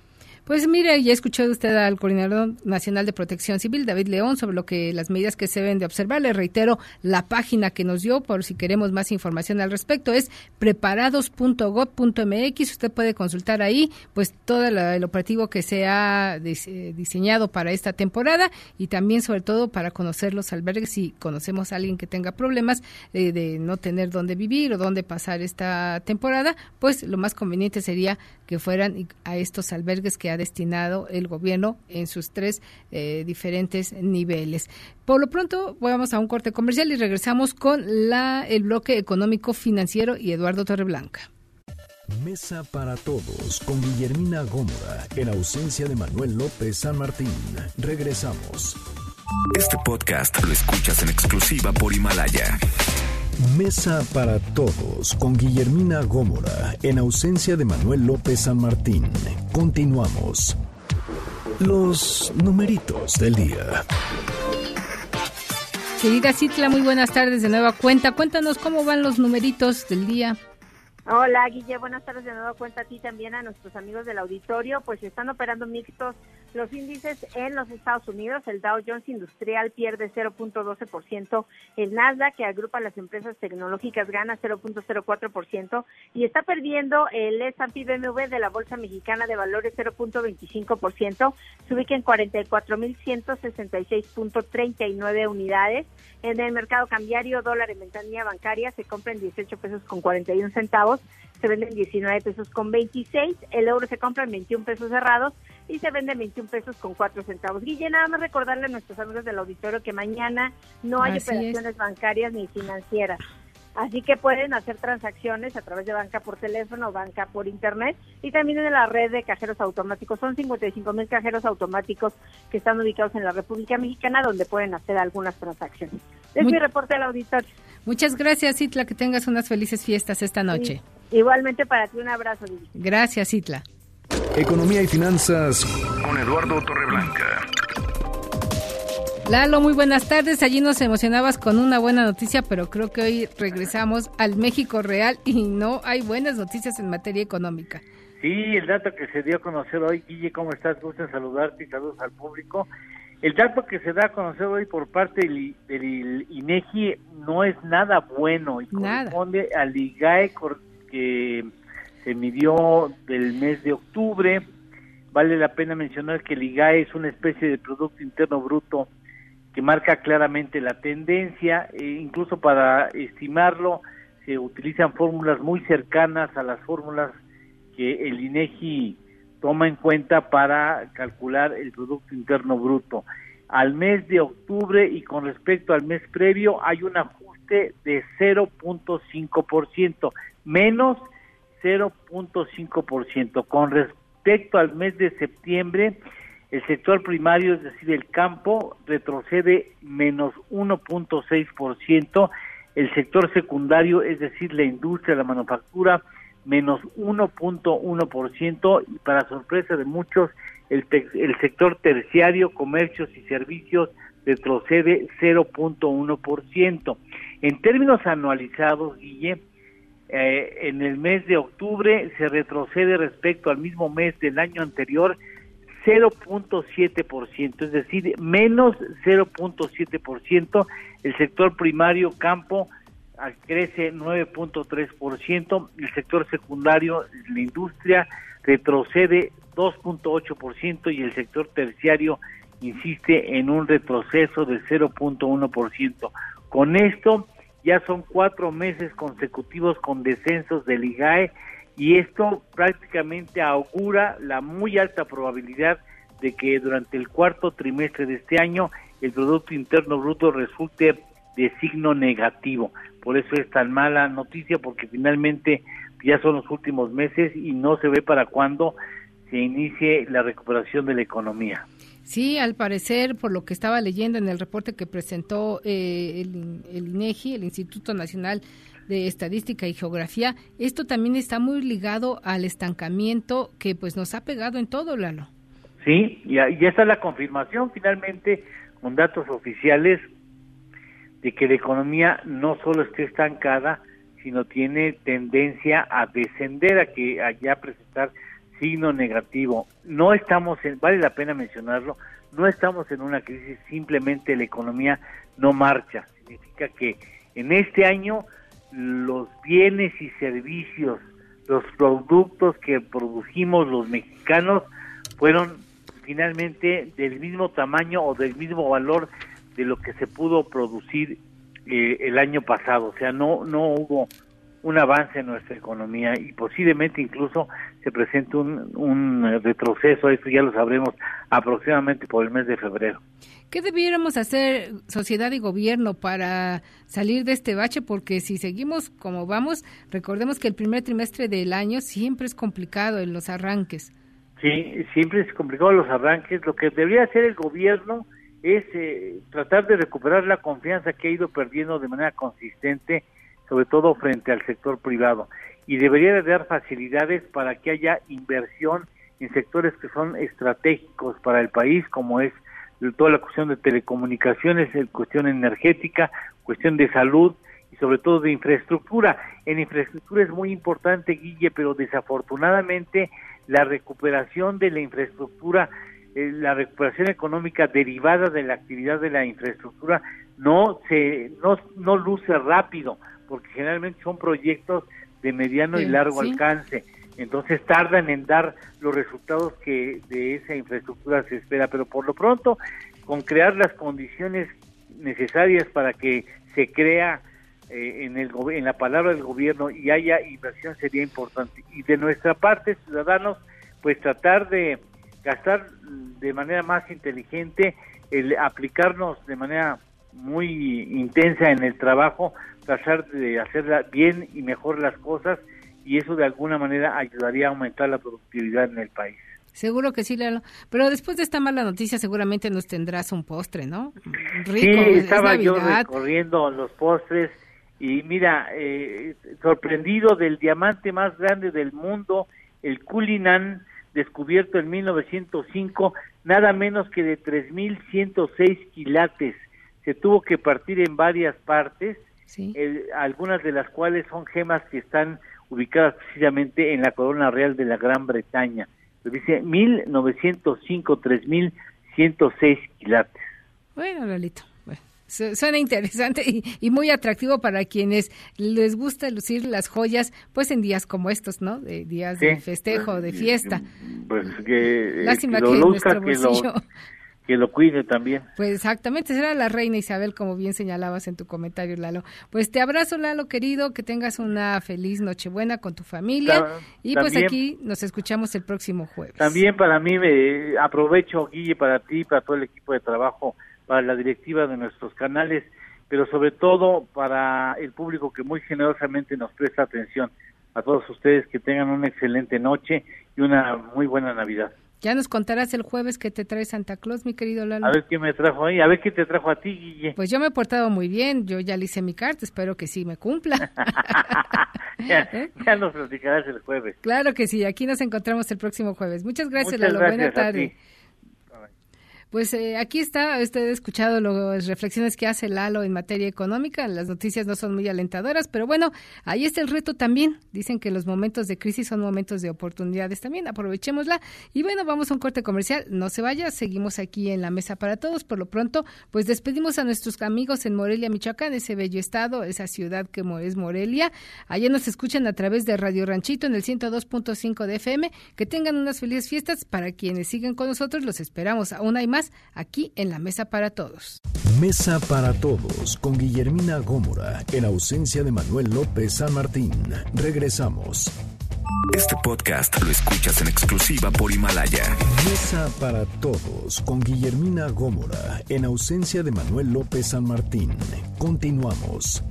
Pues mire, ya escuchó usted al Coordinador Nacional de Protección Civil, David León, sobre las medidas que se deben de observar. Le reitero, la página que nos dio, por si queremos más información al respecto, es preparados.gov.mx. Usted puede consultar ahí pues todo el operativo que se ha diseñado para esta temporada y también sobre todo para conocer los albergues. Si conocemos a alguien que tenga problemas de no tener dónde vivir o dónde pasar esta temporada, pues lo más conveniente sería que fueran a estos albergues que ha destinado el gobierno en sus 3 diferentes niveles. Por lo pronto, vamos a un corte comercial y regresamos con el bloque económico financiero y Eduardo Torreblanca. Mesa para Todos con Guillermina Gómora, en ausencia de Manuel López San Martín. Regresamos. Este podcast lo escuchas en exclusiva por Himalaya. Mesa para Todos con Guillermina Gómora, en ausencia de Manuel López San Martín. Continuamos. Los numeritos del día. Querida Citla, muy buenas tardes de nueva cuenta. Cuéntanos cómo van los numeritos del día. Hola, Guille, buenas tardes de nuevo cuenta a ti también, a nuestros amigos del auditorio. Pues están operando mixtos los índices en los Estados Unidos. El Dow Jones Industrial pierde 0.12%, el Nasdaq, que agrupa las empresas tecnológicas, gana 0.04% y está perdiendo el S&P BMW de la Bolsa Mexicana de Valores 0.25%, se ubica en 44.166.39 unidades. En el mercado cambiario, dólar en ventanilla bancaria se compra en 18 pesos con 41 centavos, se vende en 19 pesos con 26, el euro se compra en 21 pesos cerrados y se vende en 21 pesos con 4 centavos. Guille, nada más recordarle a nuestros amigos del auditorio que mañana no hay operaciones bancarias ni financieras. Así que pueden hacer transacciones a través de banca por teléfono o banca por internet y también en la red de cajeros automáticos. Son 55,000 cajeros automáticos que están ubicados en la República Mexicana donde pueden hacer algunas transacciones. Es mi reporte al auditorio. Muchas gracias, Citla, que tengas unas felices fiestas esta noche. Sí, igualmente para ti, un abrazo, Lili. Gracias, Citla. Economía y finanzas con Eduardo Torreblanca. Lalo, muy buenas tardes. Allí nos emocionabas con una buena noticia, pero creo que hoy regresamos al México real y no hay buenas noticias en materia económica. Sí, el dato que se dio a conocer hoy, Guille, ¿cómo estás? Gusto en saludarte y saludos al público. El dato que se da a conocer hoy por parte del INEGI no es nada bueno y corresponde al IGAE que se midió del mes de octubre. Vale la pena mencionar que el IGAE es una especie de Producto Interno Bruto que marca claramente la tendencia, incluso para estimarlo se utilizan fórmulas muy cercanas a las fórmulas que el INEGI toma en cuenta para calcular el Producto Interno Bruto. Al mes de octubre y con respecto al mes previo hay un ajuste de 0.5%, menos 0.5%. Con respecto al mes de septiembre, el sector primario, es decir, el campo, retrocede menos 1.6%, el sector secundario, es decir, la industria, la manufactura, menos 1.1%, y para sorpresa de muchos, el sector terciario, comercios y servicios, retrocede 0.1%. En términos anualizados, Guille, en el mes de octubre se retrocede respecto al mismo mes del año anterior 0.7%, es decir, menos 0.7%, el sector primario, campo, crece 9.3%, el sector secundario, la industria, retrocede 2.8% y el sector terciario insiste en un retroceso de 0.1%. Con esto ya son 4 meses consecutivos con descensos del IGAE y esto prácticamente augura la muy alta probabilidad de que durante el cuarto trimestre de este año el Producto Interno Bruto resulte de signo negativo. Por eso es tan mala noticia, porque finalmente ya son los últimos meses y no se ve para cuándo se inicie la recuperación de la economía. Sí, al parecer, por lo que estaba leyendo en el reporte que presentó el INEGI, el Instituto Nacional de Estadística y Geografía, esto también está muy ligado al estancamiento que pues nos ha pegado en todo, Lalo. Sí, y esa es la confirmación finalmente con datos oficiales de que la economía no solo esté estancada, sino tiene tendencia a descender, a presentar signo negativo. No estamos vale la pena mencionarlo, no estamos en una crisis, simplemente la economía no marcha. Significa que en este año los bienes y servicios, los productos que produjimos los mexicanos fueron finalmente del mismo tamaño o del mismo valor de lo que se pudo producir el año pasado. O sea, no hubo un avance en nuestra economía y posiblemente incluso se presente un retroceso. Eso ya lo sabremos aproximadamente por el mes de febrero. ¿Qué debiéramos hacer sociedad y gobierno para salir de este bache? Porque si seguimos como vamos, recordemos que el primer trimestre del año siempre es complicado en los arranques. Sí, siempre es complicado los arranques. Lo que debería hacer el gobierno es tratar de recuperar la confianza que ha ido perdiendo de manera consistente, sobre todo frente al sector privado, y debería de dar facilidades para que haya inversión en sectores que son estratégicos para el país, como es toda la cuestión de telecomunicaciones, cuestión energética, cuestión de salud y sobre todo de infraestructura. En infraestructura es muy importante, Guille, pero desafortunadamente la recuperación de la infraestructura, la recuperación económica derivada de la actividad de la infraestructura no luce rápido, porque generalmente son proyectos de mediano y largo alcance, entonces tardan en dar los resultados que de esa infraestructura se espera, pero por lo pronto, con crear las condiciones necesarias para que se crea en la palabra del gobierno y haya inversión sería importante. Y de nuestra parte, ciudadanos, pues tratar de gastar de manera más inteligente, aplicarnos de manera muy intensa en el trabajo, tratar de hacer bien y mejor las cosas, y eso de alguna manera ayudaría a aumentar la productividad en el país. Seguro que sí, Lalo. Pero después de esta mala noticia seguramente nos tendrás un postre, ¿no? Rico, sí, estaba yo recorriendo los postres y mira, sorprendido del diamante más grande del mundo, el Cullinan, descubierto en 1905, nada menos que de 3.106 quilates. Se tuvo que partir en varias partes, sí. Algunas de las cuales son gemas que están ubicadas precisamente en la corona real de la Gran Bretaña. Dice 1905, 3.106 quilates. Bueno, Lalito, suena interesante y muy atractivo para quienes les gusta lucir las joyas, pues en días como estos, ¿no? De días de festejo, de fiesta. Pues que lástima que nuestro bolsillo... Que lo cuide también. Pues exactamente, será la reina Isabel, como bien señalabas en tu comentario, Lalo. Pues te abrazo, Lalo, querido, que tengas una feliz Nochebuena con tu familia. Y pues aquí nos escuchamos el próximo jueves. También para mí, aprovecho, Guille, para ti, para todo el equipo de trabajo, para la directiva de nuestros canales, pero sobre todo para el público que muy generosamente nos presta atención. A todos ustedes que tengan una excelente noche y una muy buena Navidad. Ya nos contarás el jueves qué te trae Santa Claus, mi querido Lalo. A ver qué me trajo ahí, a ver qué te trajo a ti, Guille. Pues yo me he portado muy bien, yo ya le hice mi carta, espero que sí me cumpla. ya nos platicarás el jueves. Claro que sí, aquí nos encontramos el próximo jueves. Muchas gracias, Lalo, buena tarde. Pues aquí está, usted ha escuchado las reflexiones que hace Lalo en materia económica, las noticias no son muy alentadoras, pero bueno, ahí está el reto también, dicen que los momentos de crisis son momentos de oportunidades también, aprovechémosla, y bueno, vamos a un corte comercial, no se vaya, seguimos aquí en la mesa para todos, por lo pronto, pues despedimos a nuestros amigos en Morelia, Michoacán, ese bello estado, esa ciudad que es Morelia, allá nos escuchan a través de Radio Ranchito en el 102.5 de FM, que tengan unas felices fiestas, para quienes siguen con nosotros, los esperamos aún hay más, aquí en la Mesa para Todos. Mesa para Todos con Guillermina Gómora, en ausencia de Manuel López San Martín. Regresamos. Este podcast lo escuchas en exclusiva por Himalaya. Mesa para Todos con Guillermina Gómora, en ausencia de Manuel López San Martín. Continuamos.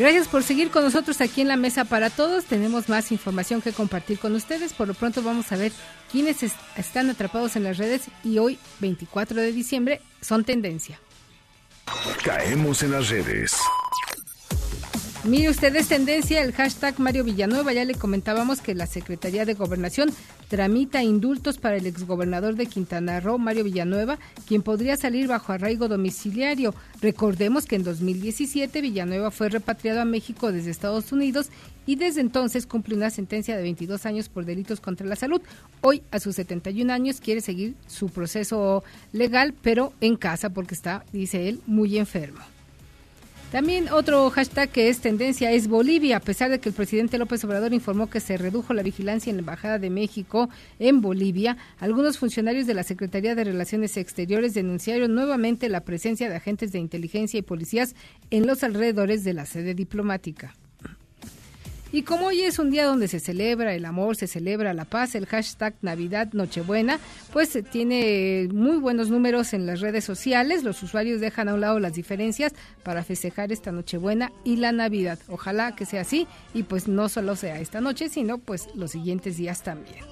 Gracias por seguir con nosotros aquí en la Mesa para Todos. Tenemos más información que compartir con ustedes. Por lo pronto vamos a ver quiénes están atrapados en las redes y hoy, 24 de diciembre, son tendencia. Caemos en las redes. Mire usted, es tendencia el hashtag Mario Villanueva. Ya le comentábamos que la Secretaría de Gobernación tramita indultos para el exgobernador de Quintana Roo, Mario Villanueva, quien podría salir bajo arraigo domiciliario. Recordemos que en 2017 Villanueva fue repatriado a México desde Estados Unidos y desde entonces cumple una sentencia de 22 años por delitos contra la salud. Hoy, a sus 71 años, quiere seguir su proceso legal, pero en casa porque está, dice él, muy enfermo. También otro hashtag que es tendencia es Bolivia. A pesar de que el presidente López Obrador informó que se redujo la vigilancia en la Embajada de México en Bolivia, algunos funcionarios de la Secretaría de Relaciones Exteriores denunciaron nuevamente la presencia de agentes de inteligencia y policías en los alrededores de la sede diplomática. Y como hoy es un día donde se celebra el amor, se celebra la paz, el hashtag Navidad Nochebuena, pues tiene muy buenos números en las redes sociales. Los usuarios dejan a un lado las diferencias para festejar esta Nochebuena y la Navidad. Ojalá que sea así y pues no solo sea esta noche, sino pues los siguientes días también.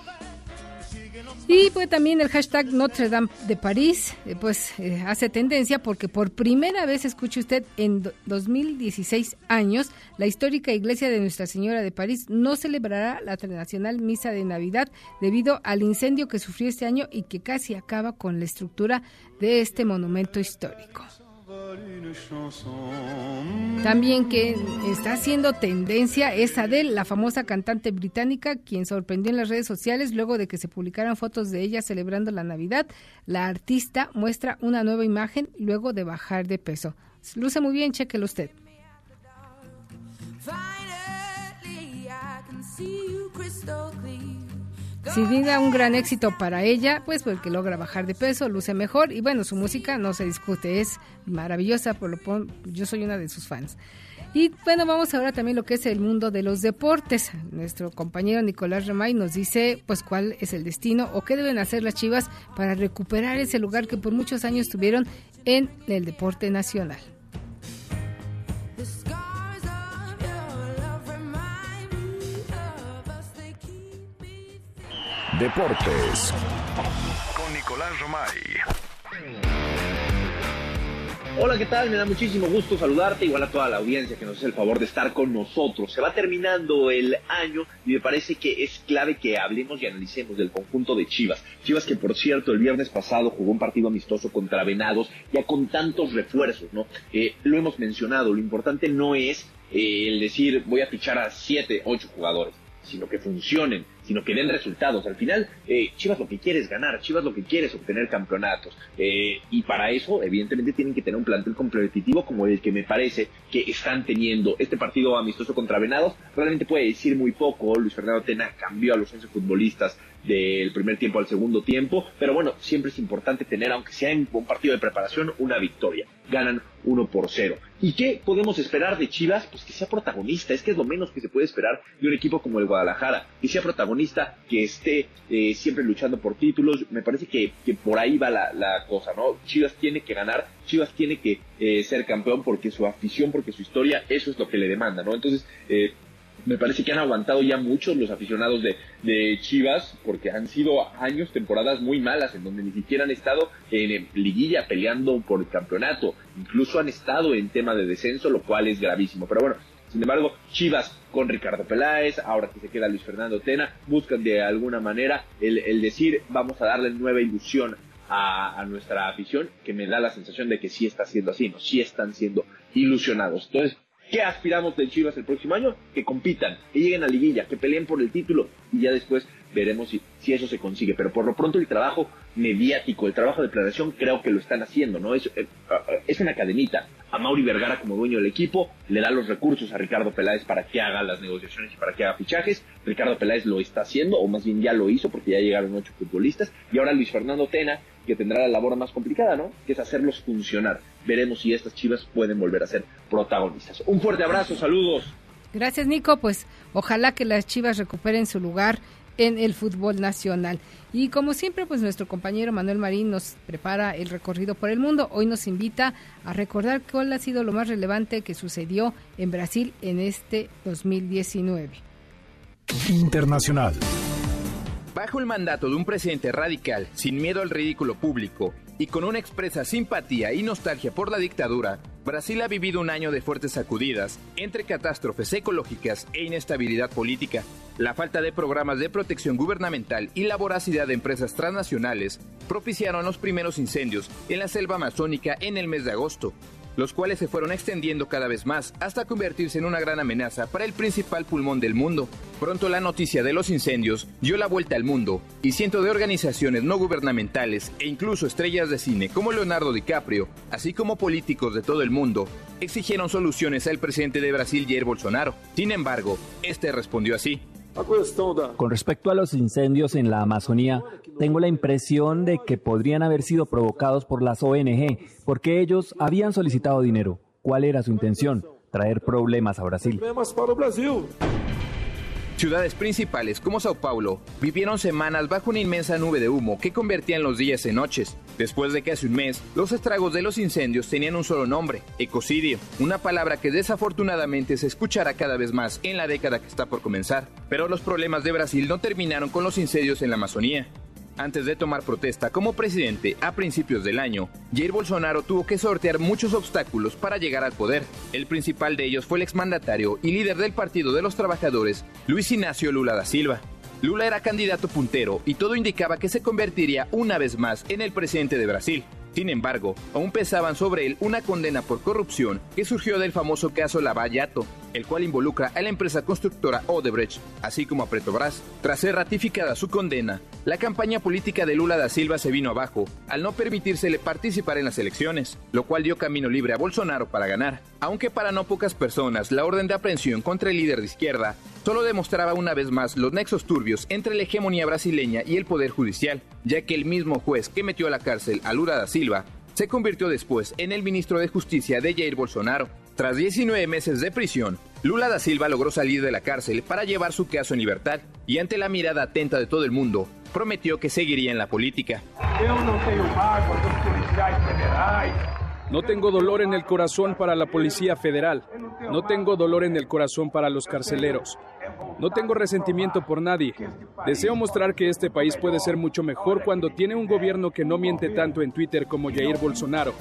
Y pues también el hashtag Notre Dame de París hace tendencia porque por primera vez, escuche usted, en 2016 años, la histórica iglesia de Nuestra Señora de París no celebrará la tradicional misa de Navidad debido al incendio que sufrió este año y que casi acaba con la estructura de este monumento histórico. También que está haciendo tendencia es Adele, la famosa cantante británica, quien sorprendió en las redes sociales luego de que se publicaran fotos de ella celebrando la Navidad. La artista muestra una nueva imagen luego de bajar de peso. Luce muy bien, chéquelo usted. Si diga un gran éxito para ella, pues porque logra bajar de peso, luce mejor y bueno, su música no se discute, es maravillosa, por lo pronto yo soy una de sus fans. Y bueno, vamos ahora también lo que es el mundo de los deportes. Nuestro compañero Nicolás Remay nos dice pues cuál es el destino o qué deben hacer las Chivas para recuperar ese lugar que por muchos años tuvieron en el deporte nacional. Deportes con Nicolás Romay. Hola, ¿qué tal? Me da muchísimo gusto saludarte, igual a toda la audiencia que nos hace el favor de estar con nosotros. Se va terminando el año y me parece que es clave que hablemos y analicemos del conjunto de Chivas. Chivas que, por cierto, el viernes pasado jugó un partido amistoso contra Venados, ya con tantos refuerzos, ¿no? Lo hemos mencionado, lo importante no es el decir voy a fichar a 7, 8 jugadores, sino que funcionen, sino que den resultados. Al final, Chivas lo que quiere es ganar, Chivas lo que quiere es obtener campeonatos, y para eso, evidentemente, tienen que tener un plantel competitivo como el que me parece que están teniendo. Este partido amistoso contra Venados realmente puede decir muy poco. Luis Fernando Tena cambió a los 11 futbolistas del primer tiempo al segundo tiempo, pero bueno, siempre es importante tener, aunque sea en un partido de preparación, una victoria. Ganan 1-0. ¿Y qué podemos esperar de Chivas? Pues que sea protagonista. Es que es lo menos que se puede esperar de un equipo como el Guadalajara, que sea protagonista, que esté siempre luchando por títulos. Me parece que por ahí va la cosa, ¿no? Chivas tiene que ganar, Chivas tiene que ser campeón porque su afición, porque su historia, eso es lo que le demanda, ¿no? Entonces, me parece que han aguantado ya muchos los aficionados de Chivas, porque han sido años, temporadas muy malas, en donde ni siquiera han estado en liguilla peleando por el campeonato, incluso han estado en tema de descenso, lo cual es gravísimo. Pero bueno, sin embargo, Chivas con Ricardo Peláez, ahora que se queda Luis Fernando Tena, buscan de alguna manera el decir vamos a darle nueva ilusión a nuestra afición, que me da la sensación de que sí está siendo así, ¿no? Sí están siendo ilusionados. Entonces, ¿qué aspiramos de Chivas el próximo año? Que compitan, que lleguen a liguilla, que peleen por el título y ya después veremos si eso se consigue. Pero por lo pronto el trabajo mediático, el trabajo de planeación, creo que lo están haciendo, ¿no? Es una cadenita. A Mauri Vergara como dueño del equipo le da los recursos a Ricardo Peláez para que haga las negociaciones y para que haga fichajes. Ricardo Peláez lo está haciendo, o más bien ya lo hizo porque ya llegaron 8 futbolistas. Y ahora Luis Fernando Tena, que tendrá la labor más complicada, ¿no? Que es hacerlos funcionar. Veremos si estas Chivas pueden volver a ser protagonistas. Un fuerte abrazo, saludos. Gracias, Nico. Pues ojalá que las Chivas recuperen su lugar en el fútbol nacional. Y como siempre, pues nuestro compañero Manuel Marín nos prepara el recorrido por el mundo. Hoy nos invita a recordar cuál ha sido lo más relevante que sucedió en Brasil en este 2019. Internacional. Bajo el mandato de un presidente radical, sin miedo al ridículo público y con una expresa simpatía y nostalgia por la dictadura, Brasil ha vivido un año de fuertes sacudidas entre catástrofes ecológicas e inestabilidad política. La falta de programas de protección gubernamental y la voracidad de empresas transnacionales propiciaron los primeros incendios en la selva amazónica en el mes de agosto, los cuales se fueron extendiendo cada vez más hasta convertirse en una gran amenaza para el principal pulmón del mundo. Pronto la noticia de los incendios dio la vuelta al mundo y cientos de organizaciones no gubernamentales e incluso estrellas de cine como Leonardo DiCaprio, así como políticos de todo el mundo, exigieron soluciones al presidente de Brasil, Jair Bolsonaro. Sin embargo, este respondió así. Con respecto a los incendios en la Amazonía, tengo la impresión de que podrían haber sido provocados por las ONG, porque ellos habían solicitado dinero. ¿Cuál era su intención? Traer problemas a Brasil. Ciudades principales como Sao Paulo vivieron semanas bajo una inmensa nube de humo que convertían los días en noches. Después de casi un mes, los estragos de los incendios tenían un solo nombre: ecocidio, una palabra que desafortunadamente se escuchará cada vez más en la década que está por comenzar. Pero los problemas de Brasil no terminaron con los incendios en la Amazonía. Antes de tomar protesta como presidente a principios del año, Jair Bolsonaro tuvo que sortear muchos obstáculos para llegar al poder. El principal de ellos fue el exmandatario y líder del Partido de los Trabajadores, Luiz Inácio Lula da Silva. Lula era candidato puntero y todo indicaba que se convertiría una vez más en el presidente de Brasil. Sin embargo, aún pesaban sobre él una condena por corrupción que surgió del famoso caso Lava Jato, el cual involucra a la empresa constructora Odebrecht, así como a Petrobras. Tras ser ratificada su condena, la campaña política de Lula da Silva se vino abajo, al no permitírsele participar en las elecciones, lo cual dio camino libre a Bolsonaro para ganar. Aunque para no pocas personas la orden de aprehensión contra el líder de izquierda solo demostraba una vez más los nexos turbios entre la hegemonía brasileña y el poder judicial, ya que el mismo juez que metió a la cárcel a Lula da Silva se convirtió después en el ministro de Justicia de Jair Bolsonaro. Tras 19 meses de prisión, Lula da Silva logró salir de la cárcel para llevar su caso en libertad y ante la mirada atenta de todo el mundo, prometió que seguiría en la política. No tengo dolor en el corazón para la Policía Federal. No tengo dolor en el corazón para los carceleros. No tengo resentimiento por nadie. Deseo mostrar que este país puede ser mucho mejor cuando tiene un gobierno que no miente tanto en Twitter como Jair Bolsonaro.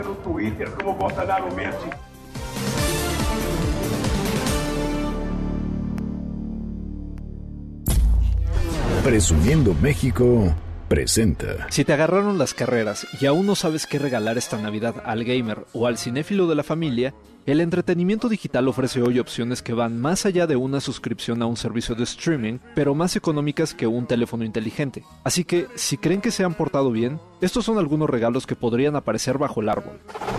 Presumiendo México presenta. Si te agarraron las carreras y aún no sabes qué regalar esta Navidad al gamer o al cinéfilo de la familia, el entretenimiento digital ofrece hoy opciones que van más allá de una suscripción a un servicio de streaming, pero más económicas que un teléfono inteligente. Así que, si creen que se han portado bien, estos son algunos regalos que podrían aparecer bajo el árbol.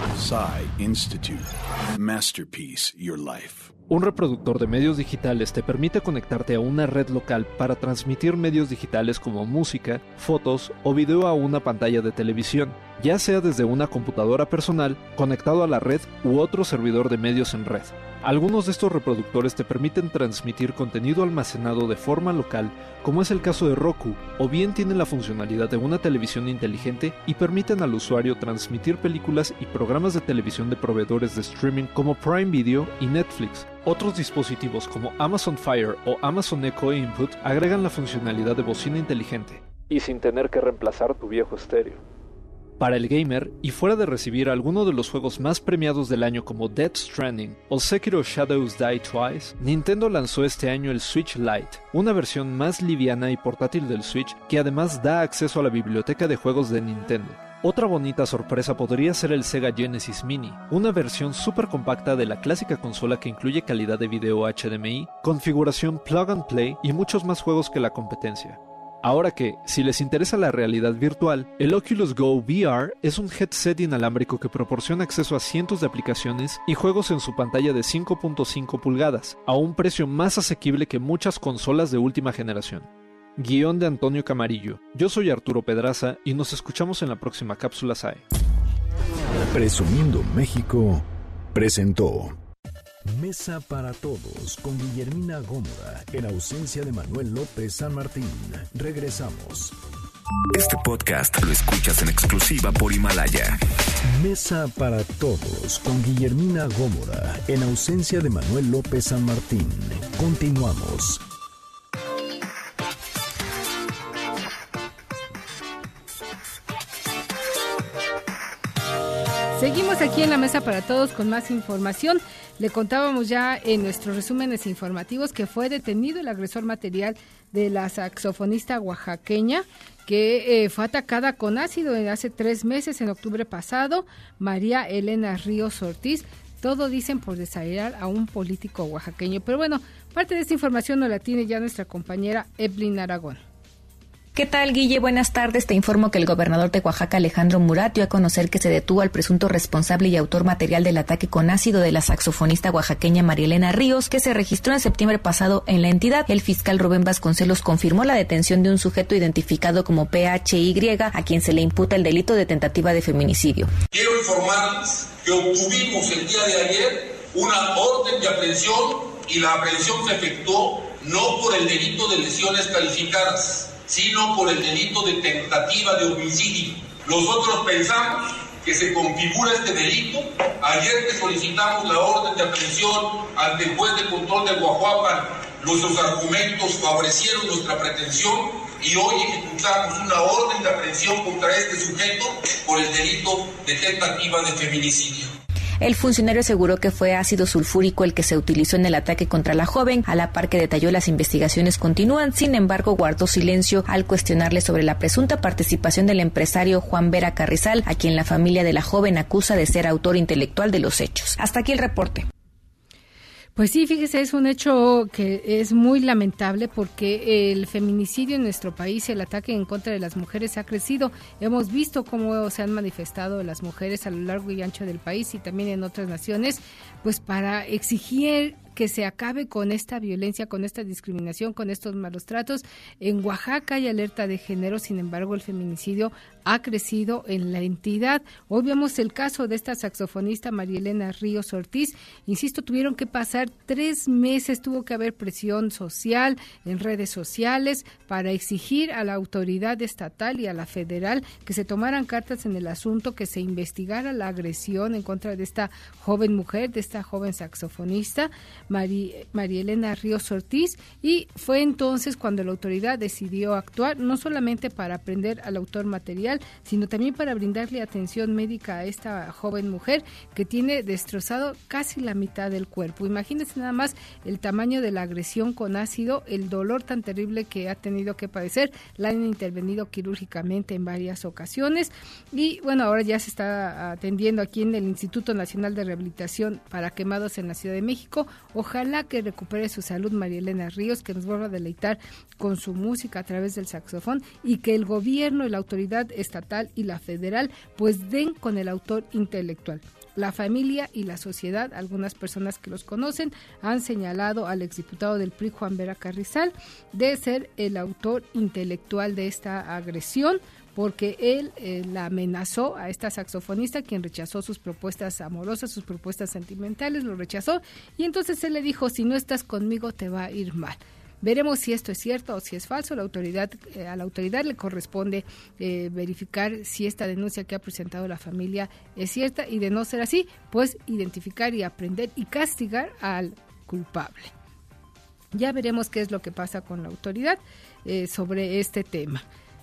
Psy Institute. Masterpiece Your Life. Un reproductor de medios digitales te permite conectarte a una red local para transmitir medios digitales como música, fotos o video a una pantalla de televisión, ya sea desde una computadora personal, conectado a la red u otro servidor de medios en red. Algunos de estos reproductores te permiten transmitir contenido almacenado de forma local, como es el caso de Roku, o bien tienen la funcionalidad de una televisión inteligente y permiten al usuario transmitir películas y programas de televisión de proveedores de streaming como Prime Video y Netflix. Otros dispositivos como Amazon Fire o Amazon Echo Input agregan la funcionalidad de bocina inteligente, y sin tener que reemplazar tu viejo estéreo. Para el gamer, y fuera de recibir alguno de los juegos más premiados del año como Death Stranding o Sekiro Shadows Die Twice, Nintendo lanzó este año el Switch Lite, una versión más liviana y portátil del Switch que además da acceso a la biblioteca de juegos de Nintendo. Otra bonita sorpresa podría ser el Sega Genesis Mini, una versión súper compacta de la clásica consola que incluye calidad de video HDMI, configuración plug and play y muchos más juegos que la competencia. Ahora que, si les interesa la realidad virtual, el Oculus Go VR es un headset inalámbrico que proporciona acceso a cientos de aplicaciones y juegos en su pantalla de 5.5 pulgadas, a un precio más asequible que muchas consolas de última generación. Guión de Antonio Camarillo. Yo soy Arturo Pedraza y nos escuchamos en la próxima Cápsula SAE. Presumiendo México presentó Mesa para Todos con Guillermina Gómora, en ausencia de Manuel López San Martín. Regresamos. Este podcast lo escuchas en exclusiva por Himalaya. Mesa para Todos con Guillermina Gómora, en ausencia de Manuel López San Martín. Continuamos. Seguimos aquí en la Mesa para Todos con más información. Le contábamos ya en nuestros resúmenes informativos que fue detenido el agresor material de la saxofonista oaxaqueña que fue atacada con ácido hace 3 meses, en octubre pasado, María Elena Ríos Ortiz. Todo dicen por desairar a un político oaxaqueño. Pero bueno, parte de esta información nos la tiene ya nuestra compañera Evelyn Aragón. ¿Qué tal, Guille? Buenas tardes. Te informo que el gobernador de Oaxaca, Alejandro Murat, dio a conocer que se detuvo al presunto responsable y autor material del ataque con ácido de la saxofonista oaxaqueña María Elena Ríos, que se registró en septiembre pasado en la entidad. El fiscal Rubén Vasconcelos confirmó la detención de un sujeto identificado como PHY, a quien se le imputa el delito de tentativa de feminicidio. Quiero informarles que obtuvimos el día de ayer una orden de aprehensión y la aprehensión se efectuó no por el delito de lesiones calificadas, sino por el delito de tentativa de homicidio. Nosotros pensamos que se configura este delito. Ayer que solicitamos la orden de aprehensión ante el juez de control de Guajuapan, nuestros argumentos favorecieron nuestra pretensión y hoy ejecutamos una orden de aprehensión contra este sujeto por el delito de tentativa de feminicidio. El funcionario aseguró que fue ácido sulfúrico el que se utilizó en el ataque contra la joven, a la par que detalló las investigaciones continúan. Sin embargo, guardó silencio al cuestionarle sobre la presunta participación del empresario Juan Vera Carrizal, a quien la familia de la joven acusa de ser autor intelectual de los hechos. Hasta aquí el reporte. Pues sí, fíjese, es un hecho que es muy lamentable porque el feminicidio en nuestro país, el ataque en contra de las mujeres ha crecido. Hemos visto cómo se han manifestado las mujeres a lo largo y ancho del país y también en otras naciones, pues para exigir que se acabe con esta violencia, con esta discriminación, con estos malos tratos. En Oaxaca hay alerta de género, sin embargo el feminicidio ha crecido en la entidad. Hoy vemos el caso de esta saxofonista María Elena Ríos Ortiz. Insisto, tuvieron que pasar 3 meses, tuvo que haber presión social en redes sociales para exigir a la autoridad estatal y a la federal que se tomaran cartas en el asunto, que se investigara la agresión en contra de esta joven mujer, de esta joven saxofonista, María Elena Ríos Ortiz, y fue entonces cuando la autoridad decidió actuar, no solamente para prender al autor material, sino también para brindarle atención médica a esta joven mujer que tiene destrozado casi la mitad del cuerpo. Imagínense nada más el tamaño de la agresión con ácido, el dolor tan terrible que ha tenido que padecer. La han intervenido quirúrgicamente en varias ocasiones y bueno, ahora ya se está atendiendo aquí en el Instituto Nacional de Rehabilitación para Quemados en la Ciudad de México. Ojalá que recupere su salud María Elena Ríos, que nos vuelva a deleitar con su música a través del saxofón, y que el gobierno y la autoridad estatal y la federal pues den con el autor intelectual. La familia y la sociedad, algunas personas que los conocen, han señalado al exdiputado del PRI, Juan Vera Carrizal, de ser el autor intelectual de esta agresión, porque él la amenazó a esta saxofonista, quien rechazó sus propuestas amorosas, sus propuestas sentimentales, lo rechazó, y entonces él le dijo: si no estás conmigo te va a ir mal. Veremos si esto es cierto o si es falso. A la autoridad le corresponde verificar si esta denuncia que ha presentado la familia es cierta, y de no ser así, pues identificar y aprender y castigar al culpable. Ya veremos qué es lo que pasa con la autoridad sobre este tema.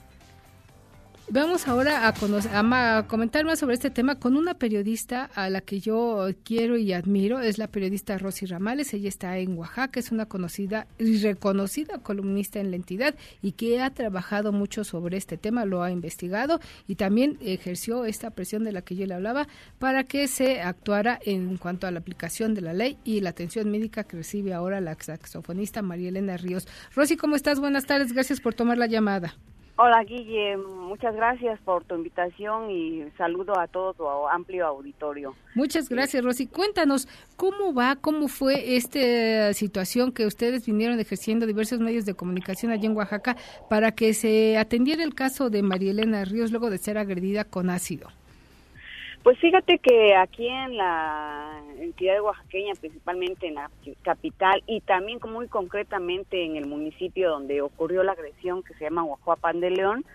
Vamos ahora a comentar más sobre este tema con una periodista a la que yo quiero y admiro. Es la periodista Rosy Ramales. Ella está en Oaxaca, es una conocida y reconocida columnista en la entidad y que ha trabajado mucho sobre este tema, lo ha investigado y también ejerció esta presión de la que yo le hablaba para que se actuara en cuanto a la aplicación de la ley y la atención médica que recibe ahora la saxofonista María Elena Ríos. Rosy, ¿cómo estás? Buenas tardes, gracias por tomar la llamada. Hola, Guille, muchas gracias por tu invitación y saludo a todo tu amplio auditorio. Muchas gracias, Rosy. Cuéntanos, ¿cómo fue esta situación que ustedes vinieron ejerciendo diversos medios de comunicación allí en Oaxaca para que se atendiera el caso de María Elena Ríos luego de ser agredida con ácido? Pues fíjate que aquí en la entidad oaxaqueña, principalmente en la capital y también muy concretamente en el municipio donde ocurrió la agresión que se llama Guajuapan de León,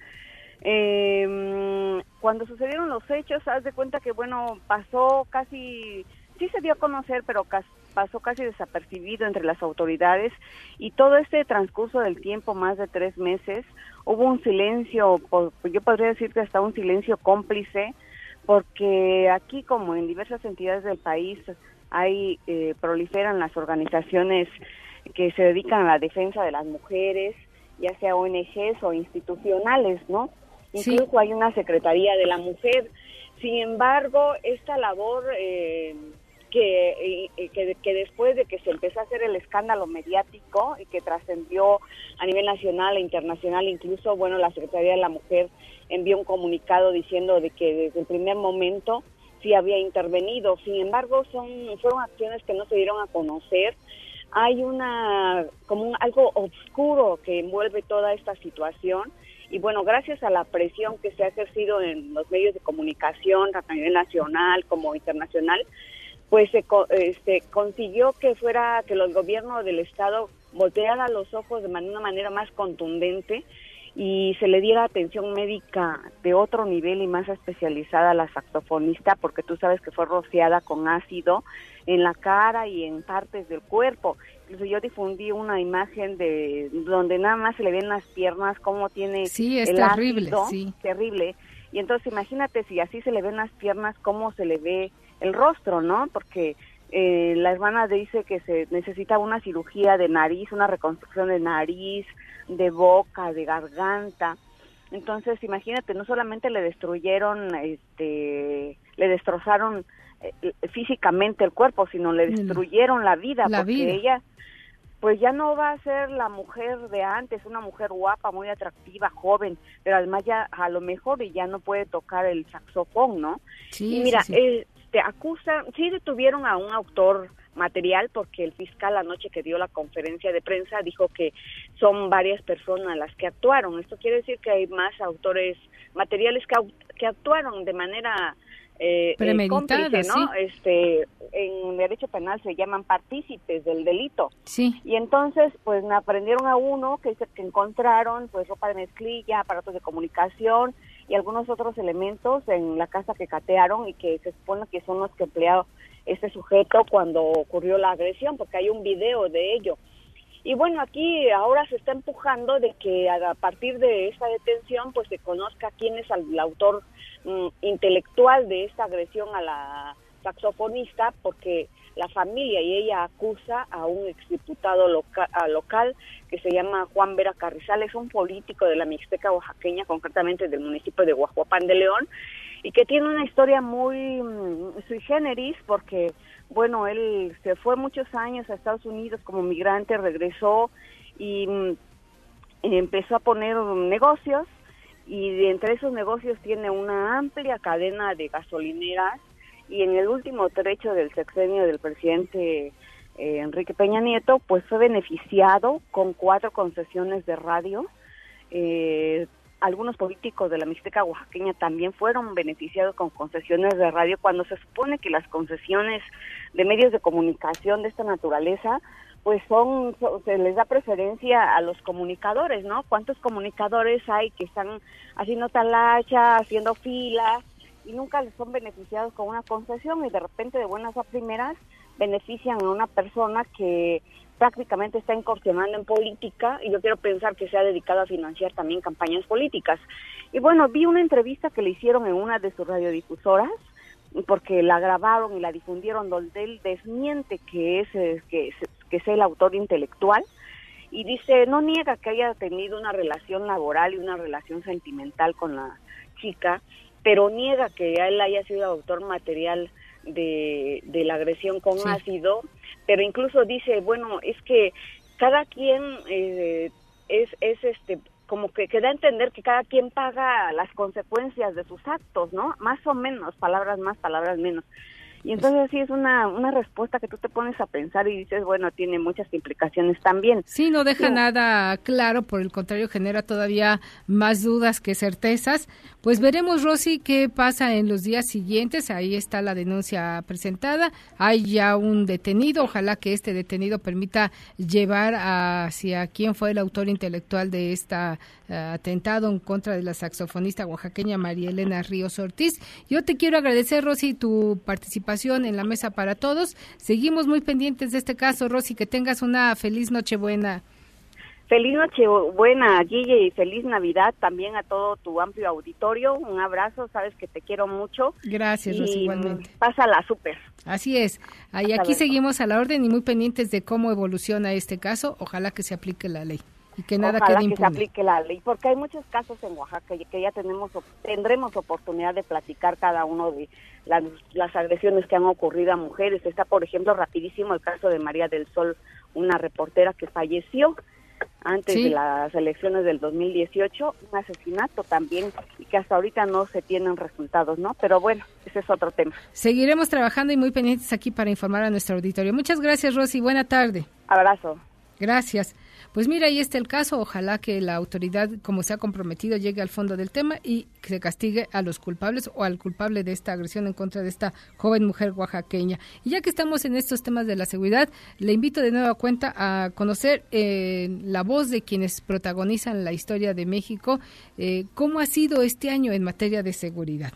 cuando sucedieron los hechos, haz de cuenta que pasó casi, sí se dio a conocer, pero pasó casi desapercibido entre las autoridades, y todo este transcurso del tiempo, más de 3 meses, hubo un silencio, yo podría decir que hasta un silencio cómplice, porque aquí, como en diversas entidades del país, proliferan las organizaciones que se dedican a la defensa de las mujeres, ya sea ONGs o institucionales, ¿no? Sí. Incluso hay una Secretaría de la Mujer. Sin embargo, esta labor que después de que se empezó a hacer el escándalo mediático y que trascendió a nivel nacional e internacional, incluso, la Secretaría de la Mujer envió un comunicado diciendo de que desde el primer momento sí había intervenido. Sin embargo, fueron acciones que no se dieron a conocer. Hay algo oscuro que envuelve toda esta situación, y gracias a la presión que se ha ejercido en los medios de comunicación, tanto a nivel nacional como internacional, pues se consiguió que los gobiernos del estado voltearan los ojos de una manera más contundente y se le diera atención médica de otro nivel y más especializada a la saxofonista, porque tú sabes que fue rociada con ácido en la cara y en partes del cuerpo. Incluso yo difundí una imagen de donde nada más se le ven las piernas, cómo tiene es el terrible, ácido, sí. Terrible. Y entonces imagínate si así se le ven las piernas, cómo se le ve el rostro, ¿no? Porque la hermana dice que se necesita una cirugía de nariz, una reconstrucción de nariz, de boca, de garganta. Entonces, imagínate, no solamente le destruyeron, le destrozaron físicamente el cuerpo, sino le destruyeron la vida, porque ella pues ya no va a ser la mujer de antes, una mujer guapa, muy atractiva, joven, pero además ya a lo mejor ya no puede tocar el saxofón, ¿no? Sí, y mira, sí. Sí detuvieron a un autor material, porque el fiscal anoche que dio la conferencia de prensa dijo que son varias personas las que actuaron. Esto quiere decir que hay más autores materiales que actuaron de manera premeditada, cómplice, ¿no? Sí. En derecho penal se llaman partícipes del delito. Sí. Y entonces, pues aprendieron a uno que encontraron pues ropa de mezclilla, aparatos de comunicación y algunos otros elementos en la casa que catearon, y que se supone que son los que empleó este sujeto cuando ocurrió la agresión, porque hay un video de ello. Y aquí ahora se está empujando de que a partir de esta detención pues se conozca quién es el autor intelectual de esta agresión a la saxofonista, porque la familia y ella acusa a un exdiputado local que se llama Juan Vera Carrizal. Es un político de la Mixteca oaxaqueña, concretamente del municipio de Guajuapan de León, y que tiene una historia muy sui generis, porque él se fue muchos años a Estados Unidos como migrante, regresó y empezó a poner negocios, y entre esos negocios tiene una amplia cadena de gasolineras, y en el último trecho del sexenio del presidente Enrique Peña Nieto, pues fue beneficiado con 4 concesiones de radio. Algunos políticos de la Mixteca oaxaqueña también fueron beneficiados con concesiones de radio, cuando se supone que las concesiones de medios de comunicación de esta naturaleza pues se les da preferencia a los comunicadores, ¿no? ¿Cuántos comunicadores hay que están haciendo talacha, haciendo fila, y nunca les son beneficiados con una concesión, y de repente de buenas a primeras benefician a una persona que prácticamente está incursionando en política, y yo quiero pensar que se ha dedicado a financiar también campañas políticas? Y vi una entrevista que le hicieron en una de sus radiodifusoras, porque la grabaron y la difundieron, donde él desmiente que es el autor intelectual, y dice, no niega que haya tenido una relación laboral y una relación sentimental con la chica, pero niega que él haya sido autor material de la agresión con ácido, pero incluso dice, es que cada quien como que da a entender que cada quien paga las consecuencias de sus actos, ¿no? Más o menos, palabras más, palabras menos. Y entonces sí es una respuesta que tú te pones a pensar y dices, bueno, tiene muchas implicaciones también. Sí, no deja nada claro, por el contrario, genera todavía más dudas que certezas. Pues veremos, Rosy, qué pasa en los días siguientes. Ahí está la denuncia presentada. Hay ya un detenido. Ojalá que este detenido permita llevar hacia quién fue el autor intelectual de este atentado en contra de la saxofonista oaxaqueña María Elena Ríos Ortiz. Yo te quiero agradecer, Rosy, tu participación en la Mesa para Todos. Seguimos muy pendientes de este caso, Rosy. Que tengas una feliz Nochebuena. Feliz Nochebuena, Guille, y feliz Navidad también a todo tu amplio auditorio. Un abrazo, sabes que te quiero mucho. Gracias, Rosy, igualmente. Pásala súper. Así es. Ahí aquí seguimos a la orden y muy pendientes de cómo evoluciona este caso. Ojalá que se aplique la ley y que nada quede impune. Ojalá que se aplique la ley, porque hay muchos casos en Oaxaca que ya tendremos oportunidad de platicar cada uno de las agresiones que han ocurrido a mujeres. Está, por ejemplo, rapidísimo el caso de María del Sol, una reportera que falleció antes de las elecciones del 2018, un asesinato también, y que hasta ahorita no se tienen resultados, ¿no? Pero bueno, ese es otro tema. Seguiremos trabajando y muy pendientes aquí para informar a nuestro auditorio. Muchas gracias, Rosy. Buena tarde. Abrazo. Gracias. Pues mira, ahí está el caso. Ojalá que la autoridad, como se ha comprometido, llegue al fondo del tema y que se castigue a los culpables o al culpable de esta agresión en contra de esta joven mujer oaxaqueña. Y ya que estamos en estos temas de la seguridad, le invito de nueva cuenta a conocer la voz de quienes protagonizan la historia de México. ¿Cómo ha sido este año en materia de seguridad?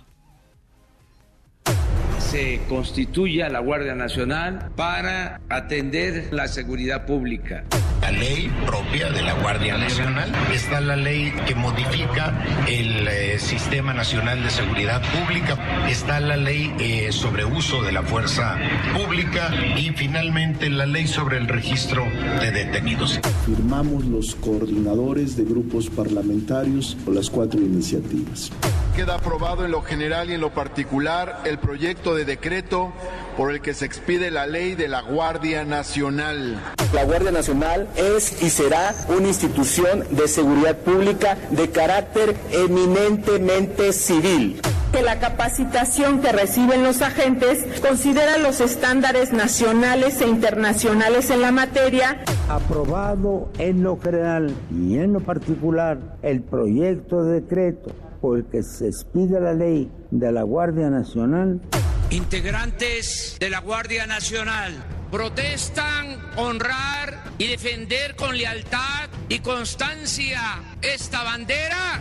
Se constituye a la Guardia Nacional para atender la seguridad pública. La ley propia de la Guardia Nacional, está la ley que modifica el Sistema Nacional de Seguridad Pública, está la ley sobre uso de la fuerza pública y finalmente la ley sobre el registro de detenidos. Firmamos los coordinadores de grupos parlamentarios por las 4 iniciativas. Queda aprobado en lo general y en lo particular el proyecto de decreto por el que se expide la ley de la Guardia Nacional. La Guardia Nacional es y será una institución de seguridad pública de carácter eminentemente civil. Que la capacitación que reciben los agentes considera los estándares nacionales e internacionales en la materia. Aprobado en lo general y en lo particular el proyecto de decreto por el que se expide la ley de la Guardia Nacional. Integrantes de la Guardia Nacional protestan honrar y defender con lealtad y constancia esta bandera.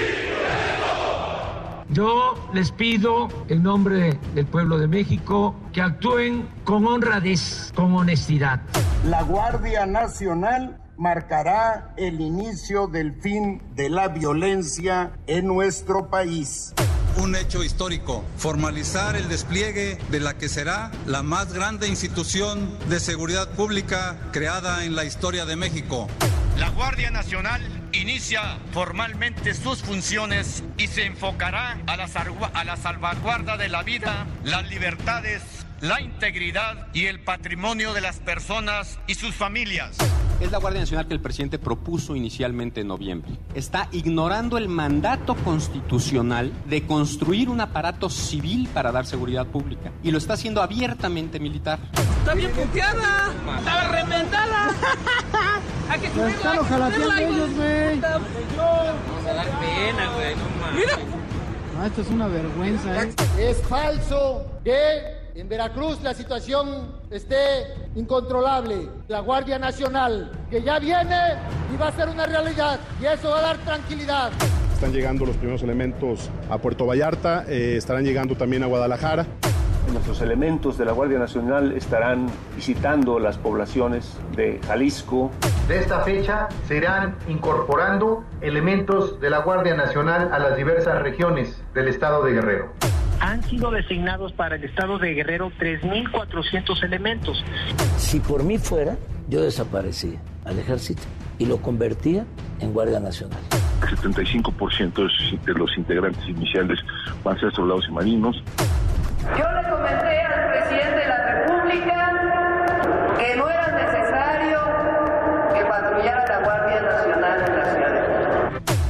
Yo les pido, en nombre del pueblo de México, que actúen con honradez, con honestidad. La Guardia Nacional marcará el inicio del fin de la violencia en nuestro país. Un hecho histórico, formalizar el despliegue de la que será la más grande institución de seguridad pública creada en la historia de México. La Guardia Nacional inicia formalmente sus funciones y se enfocará a la salvaguarda de la vida, las libertades, la integridad y el patrimonio de las personas y sus familias. Es la Guardia Nacional que el presidente propuso inicialmente en noviembre. Está ignorando el mandato constitucional de construir un aparato civil para dar seguridad pública. Y lo está haciendo abiertamente militar. ¡Está bien puteada! ¡Está reventada! ¡A que se están ojalateando ellos, güey! Vamos a dar pena, güey. No, ¡mira! No, esto es una vergüenza, ¿eh? Es falso que en Veracruz la situación esté incontrolable. La Guardia Nacional, que ya viene y va a ser una realidad, y eso va a dar tranquilidad. Están llegando los primeros elementos a Puerto Vallarta, estarán llegando también a Guadalajara. Nuestros elementos de la Guardia Nacional estarán visitando las poblaciones de Jalisco. De esta fecha se irán incorporando elementos de la Guardia Nacional a las diversas regiones del estado de Guerrero. Han sido designados para el estado de Guerrero 3,400 elementos. Si por mí fuera, yo desaparecía al ejército y lo convertía en Guardia Nacional. El 75% de los integrantes iniciales van a ser soldados y marinos. Yo le comenté al presidente de la República que no era necesario que patrullara la Guardia Nacional en la Ciudad de México.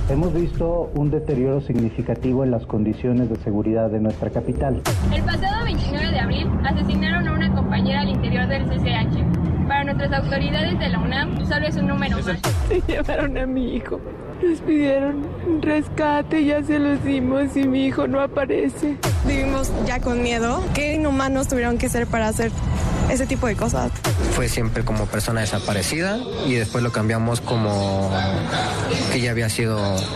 Hemos visto un deterioro significativo en las condiciones de seguridad de nuestra capital. El pasado 29 de abril asesinaron a una compañera al interior del CCH. Para nuestras autoridades de la UNAM, solo es un número más. Se llevaron a mi hijo. Nos pidieron un rescate, ya se los dimos y mi hijo no aparece. Vivimos ya con miedo. ¿Qué inhumanos tuvieron que ser para hacer ese tipo de cosas? Fue siempre como persona desaparecida y después lo cambiamos como que ella había sido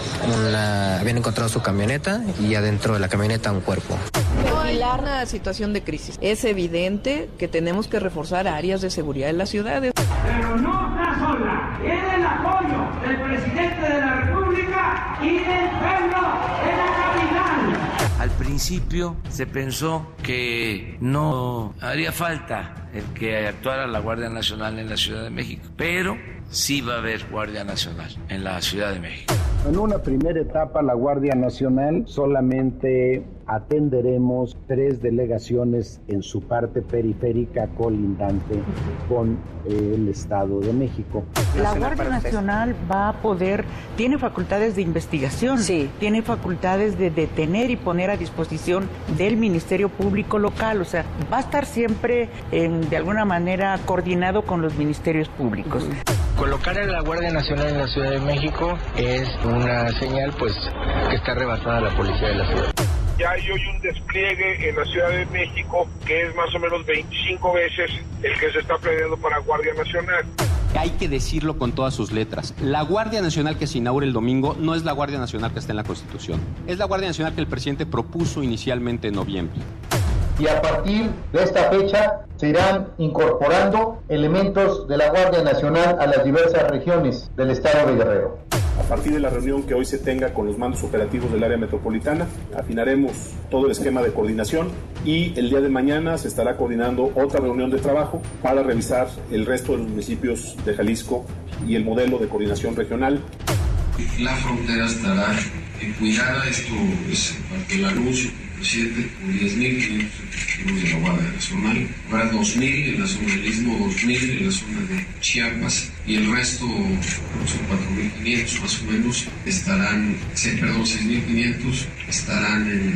habían encontrado su camioneta y adentro de la camioneta un cuerpo. Vigilar una situación de crisis. Es evidente que tenemos que reforzar áreas de seguridad en las ciudades. Pero no una sola. Tiene el apoyo del presidente de la República y del pueblo de la capital. Al principio se pensó que no haría falta el que actuara la Guardia Nacional en la Ciudad de México, pero sí va a haber Guardia Nacional en la Ciudad de México. En una primera etapa, la Guardia Nacional solamente atenderemos 3 delegaciones en su parte periférica colindante con el Estado de México. La Guardia Nacional va a poder, tiene facultades de investigación, sí, tiene facultades de detener y poner a disposición del Ministerio Público local, o sea, va a estar siempre de alguna manera coordinado con los ministerios públicos. Colocar a la Guardia Nacional en la Ciudad de México es una señal, pues, que está rebasada la policía de la ciudad. Ya hay hoy un despliegue en la Ciudad de México que es más o menos 25 veces el que se está planeando para Guardia Nacional. Hay que decirlo con todas sus letras. La Guardia Nacional que se inaugura el domingo no es la Guardia Nacional que está en la Constitución. Es la Guardia Nacional que el presidente propuso inicialmente en noviembre. Y a partir de esta fecha se irán incorporando elementos de la Guardia Nacional a las diversas regiones del estado de Guerrero. A partir de la reunión que hoy se tenga con los mandos operativos del área metropolitana, afinaremos todo el esquema de coordinación y el día de mañana se estará coordinando otra reunión de trabajo para revisar el resto de los municipios de Jalisco y el modelo de coordinación regional. La frontera estará cuidada, esto es parte del anuncio del presidente, con 10.500 efectivos de la Guardia Nacional, habrá 2.000 en la zona del Istmo, 2.000 en la zona de Chiapas y el resto, son 4.500 más o menos, estarán, 6.500 estarán en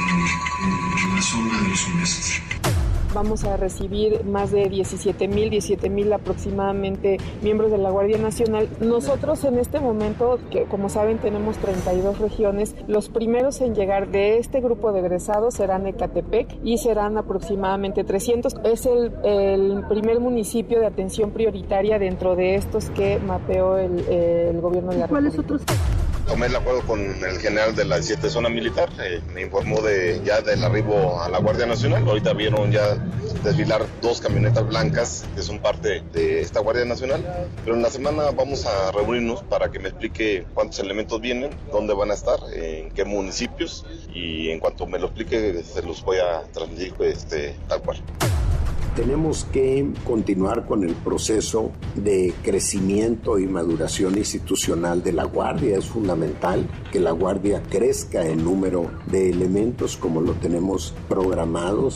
la zona de los sureste. Vamos a recibir más de 17,000 aproximadamente miembros de la Guardia Nacional. Nosotros en este momento, que como saben tenemos 32 regiones, los primeros en llegar de este grupo de egresados serán Ecatepec y serán aproximadamente 300. Es el primer municipio de atención prioritaria dentro de estos que mapeó el gobierno de la República. ¿Cuáles otros? Tomé el acuerdo con el general de la 17 Zona Militar, me informó ya del arribo a la Guardia Nacional. Ahorita vieron ya desfilar 2 camionetas blancas que son parte de esta Guardia Nacional, pero en la semana vamos a reunirnos para que me explique cuántos elementos vienen, dónde van a estar, en qué municipios, y en cuanto me lo explique se los voy a transmitir tal cual. Tenemos que continuar con el proceso de crecimiento y maduración institucional de la Guardia. Es fundamental que la Guardia crezca en número de elementos como lo tenemos programados.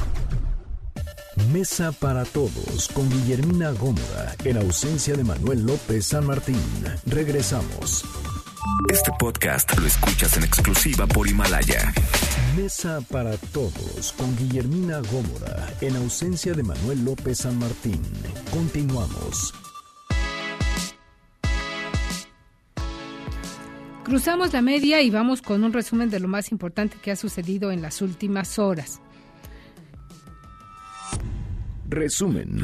Mesa para Todos con Guillermina Gómora, en ausencia de Manuel López San Martín. Regresamos. Este podcast lo escuchas en exclusiva por Himalaya. Mesa para Todos con Guillermina Gómora, en ausencia de Manuel López San Martín. Continuamos. Cruzamos la media y vamos con un resumen de lo más importante que ha sucedido en las últimas horas. Resumen.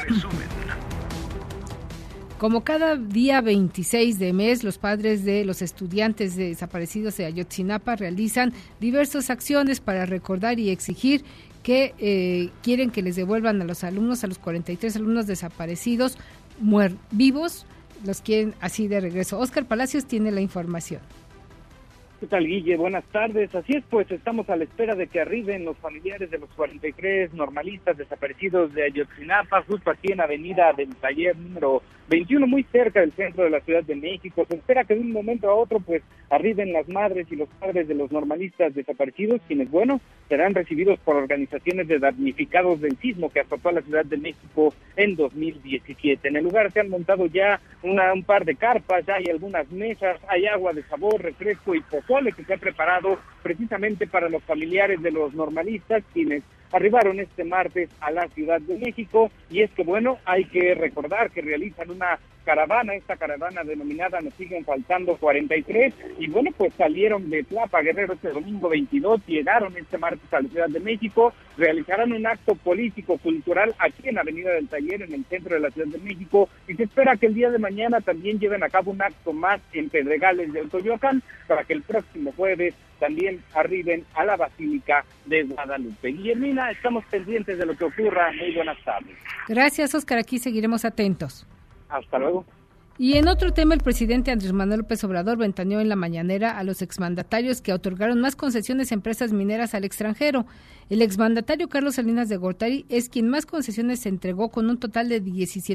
Como cada día 26 de mes, los padres de los estudiantes desaparecidos de Ayotzinapa realizan diversas acciones para recordar y exigir que quieren que les devuelvan a los 43 alumnos desaparecidos vivos, los quieren así de regreso. Óscar Palacios tiene la información. ¿Qué tal, Guille? Buenas tardes. Así es, pues estamos a la espera de que arriben los familiares de los 43 normalistas desaparecidos de Ayotzinapa, justo aquí en Avenida del Taller número 21 muy cerca del centro de la Ciudad de México. Se espera que de un momento a otro pues arriben las madres y los padres de los normalistas desaparecidos, quienes, bueno, serán recibidos por organizaciones de damnificados del sismo que azotó a la Ciudad de México en 2017. En el lugar se han montado ya un par de carpas, ya hay algunas mesas, hay agua de sabor, refresco y pozole que se ha preparado precisamente para los familiares de los normalistas, quienes arribaron este martes a la Ciudad de México. Y es que, bueno, hay que recordar que realizan una caravana, esta caravana denominada Nos Siguen Faltando 43, y bueno, pues salieron de Tlapa, Guerrero, este domingo 22, llegaron este martes a la Ciudad de México, realizarán un acto político-cultural aquí en Avenida del Taller, en el centro de la Ciudad de México, y se espera que el día de mañana también lleven a cabo un acto más en Pedregales del Coyoacán, para que el próximo jueves también arriben a la Basílica de Guadalupe. Guillermina, estamos pendientes de lo que ocurra. Muy buenas tardes. Gracias, Óscar, aquí seguiremos atentos. Hasta luego. Y en otro tema, el presidente Andrés Manuel López Obrador ventaneó en la mañanera a los exmandatarios que otorgaron más concesiones a empresas mineras al extranjero. El exmandatario Carlos Salinas de Gortari es quien más concesiones se entregó, con un total de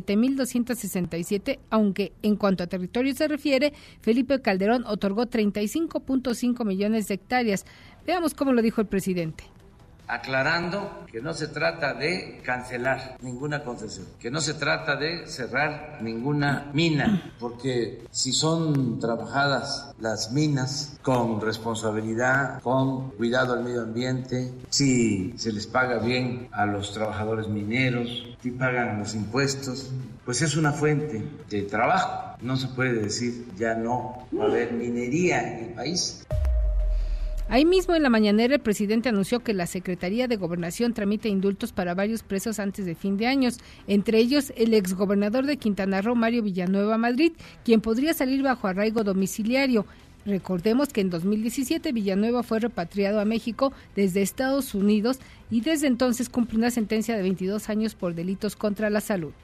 17,267, aunque en cuanto a territorio se refiere, Felipe Calderón otorgó 35.5 millones de hectáreas. Veamos cómo lo dijo el presidente. Aclarando que no se trata de cancelar ninguna concesión, que no se trata de cerrar ninguna mina, porque si son trabajadas las minas con responsabilidad, con cuidado al medio ambiente, si se les paga bien a los trabajadores mineros, si pagan los impuestos, pues es una fuente de trabajo. No se puede decir ya no va a haber minería en el país. Ahí mismo en la mañanera el presidente anunció que la Secretaría de Gobernación tramita indultos para varios presos antes de fin de años, entre ellos el exgobernador de Quintana Roo, Mario Villanueva Madrid, quien podría salir bajo arraigo domiciliario. Recordemos que en 2017 Villanueva fue repatriado a México desde Estados Unidos y desde entonces cumple una sentencia de 22 años por delitos contra la salud.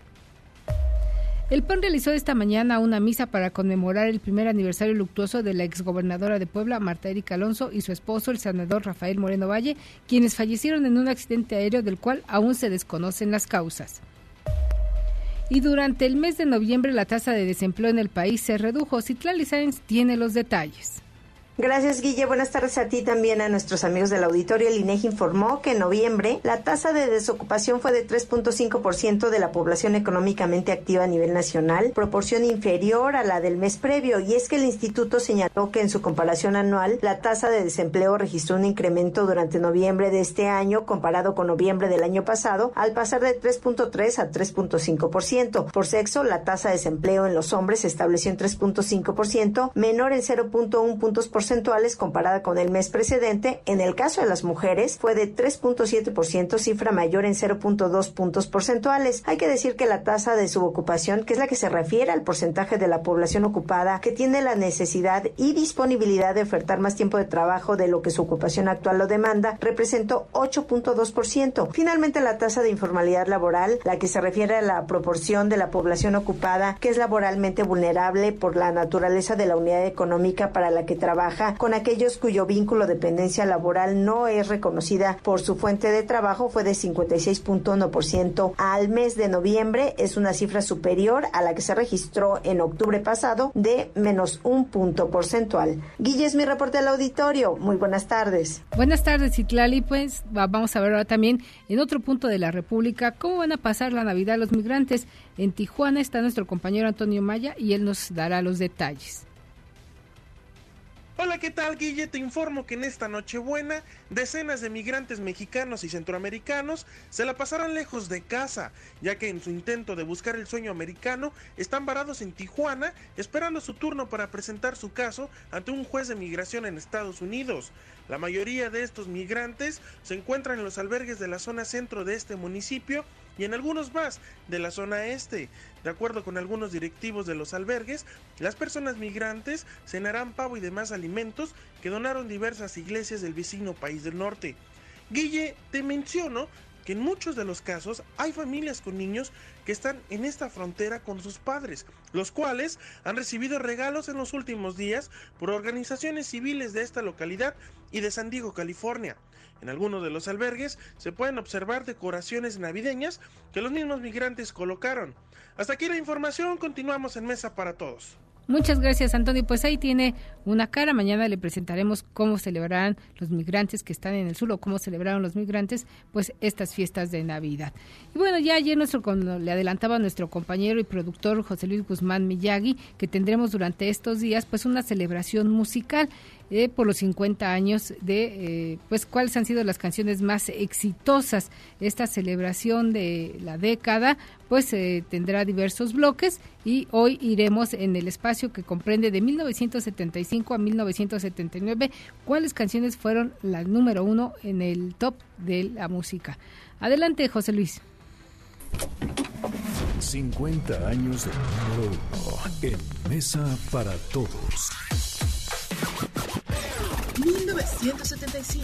El PAN realizó esta mañana una misa para conmemorar el primer aniversario luctuoso de la exgobernadora de Puebla, Marta Erika Alonso, y su esposo, el senador Rafael Moreno Valle, quienes fallecieron en un accidente aéreo del cual aún se desconocen las causas. Y durante el mes de noviembre la tasa de desempleo en el país se redujo. Citlali Sáenz tiene los detalles. Gracias, Guille. Buenas tardes a ti, también a nuestros amigos del auditorio. El INEGI informó que en noviembre la tasa de desocupación fue de 3.5% de la población económicamente activa a nivel nacional, proporción inferior a la del mes previo. Y es que el instituto señaló que en su comparación anual, la tasa de desempleo registró un incremento durante noviembre de este año comparado con noviembre del año pasado, al pasar de 3.3 a 3.5%. Por sexo, la tasa de desempleo en los hombres se estableció en 3.5%, menor en 0.1 puntos porcentuales comparada con el mes precedente. En el caso de las mujeres fue de 3.7%, cifra mayor en 0.2 puntos porcentuales. Hay que decir que la tasa de subocupación, que es la que se refiere al porcentaje de la población ocupada que tiene la necesidad y disponibilidad de ofertar más tiempo de trabajo de lo que su ocupación actual lo demanda, representó 8.2%. Finalmente, la tasa de informalidad laboral, la que se refiere a la proporción de la población ocupada que es laboralmente vulnerable por la naturaleza de la unidad económica para la que trabaja, con aquellos cuyo vínculo de dependencia laboral no es reconocida por su fuente de trabajo, fue de 56.1% al mes de noviembre. Es una cifra superior a la que se registró en octubre pasado, de menos 1 punto porcentual. Guille, es mi reporte al auditorio. Muy buenas tardes. Buenas tardes, Citlali. Pues vamos a ver ahora también en otro punto de la República cómo van a pasar la Navidad los migrantes. En Tijuana está nuestro compañero Antonio Maya y él nos dará los detalles. Hola, ¿qué tal, Guille? Te informo que en esta Nochebuena, decenas de migrantes mexicanos y centroamericanos se la pasarán lejos de casa, ya que en su intento de buscar el sueño americano, están varados en Tijuana, esperando su turno para presentar su caso ante un juez de migración en Estados Unidos. La mayoría de estos migrantes se encuentran en los albergues de la zona centro de este municipio y en algunos más de la zona este. De acuerdo con algunos directivos de los albergues, las personas migrantes cenarán pavo y demás alimentos que donaron diversas iglesias del vecino país del norte. Guille, te menciono que en muchos de los casos hay familias con niños que están en esta frontera con sus padres, los cuales han recibido regalos en los últimos días por organizaciones civiles de esta localidad y de San Diego, California. En algunos de los albergues se pueden observar decoraciones navideñas que los mismos migrantes colocaron. Hasta aquí la información, continuamos en Mesa para Todos. Muchas gracias, Antonio. Pues ahí tiene una cara. Mañana le presentaremos cómo celebrarán los migrantes que están en el sur o cómo celebraron los migrantes pues estas fiestas de Navidad. Y bueno, ya ayer le adelantaba nuestro compañero y productor José Luis Guzmán Miyagi que tendremos durante estos días pues una celebración musical por los 50 años de pues cuáles han sido las canciones más exitosas. Esta celebración de la década pues tendrá diversos bloques y hoy iremos en el espacio que comprende de 1975 a 1979 cuáles canciones fueron las número 1 en el top de la música. Adelante, José Luis. 50 años de número 1 en Mesa para Todos. 1975.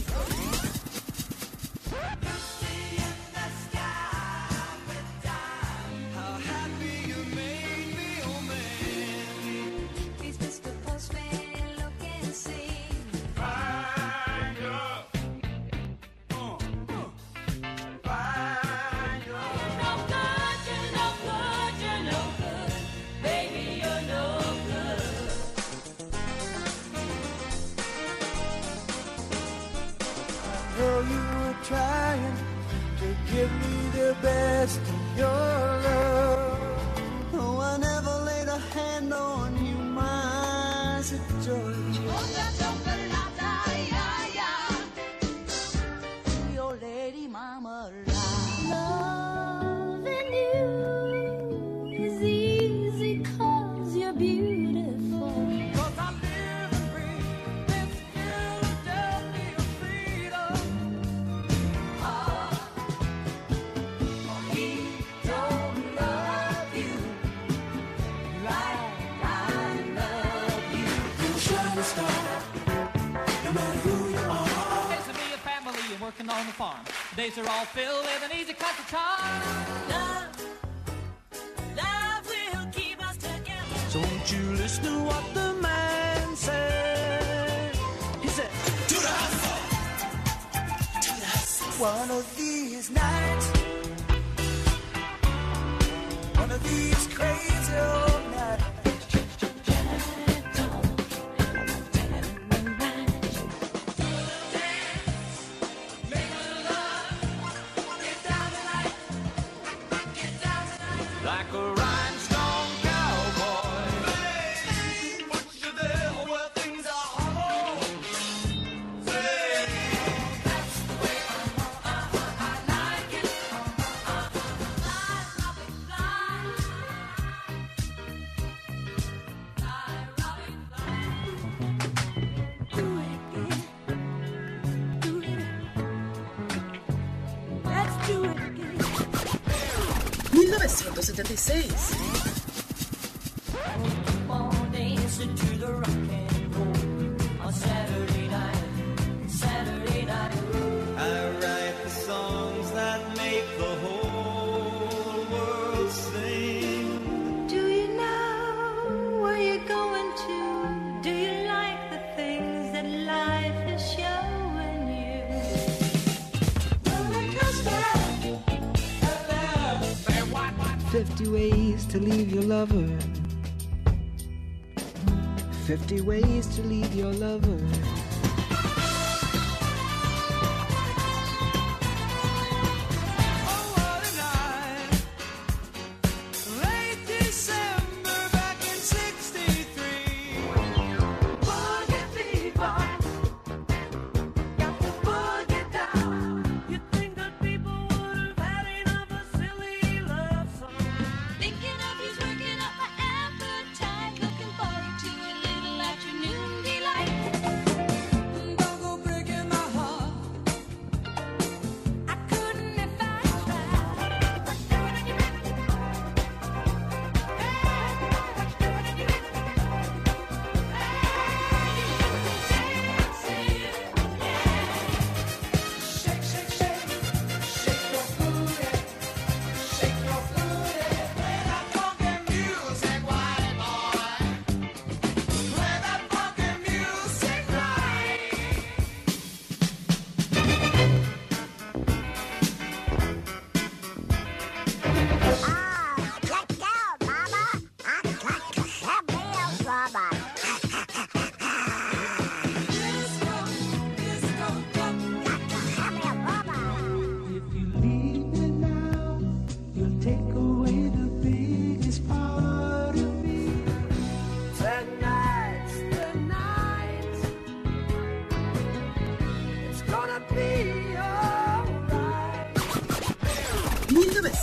Trying to give me the best of your love. Oh, I never laid a hand on you, my sweet Georgia. Your lady mama loving you is easy 'cause you're beautiful. 'Cause I live and breathe this Philadelphia freedom. Working on the farm, days are all filled with an easy cut to charm. Love will keep us together. Don't you listen to what the man said. He said, to the hustle, to the hustle. One of these nights, one of these crazy old nights. Like a rhinestone cowboy. Say, put you there where things are hollow. Say, that's the way I like it. Do it again. Let's do it again. 1976. I write the songs that make the whole world sing. Do you know where you're going to? Do you like the things that life is showing you? 50 ways to leave your lover. 50 ways to leave your lover.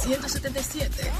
1977.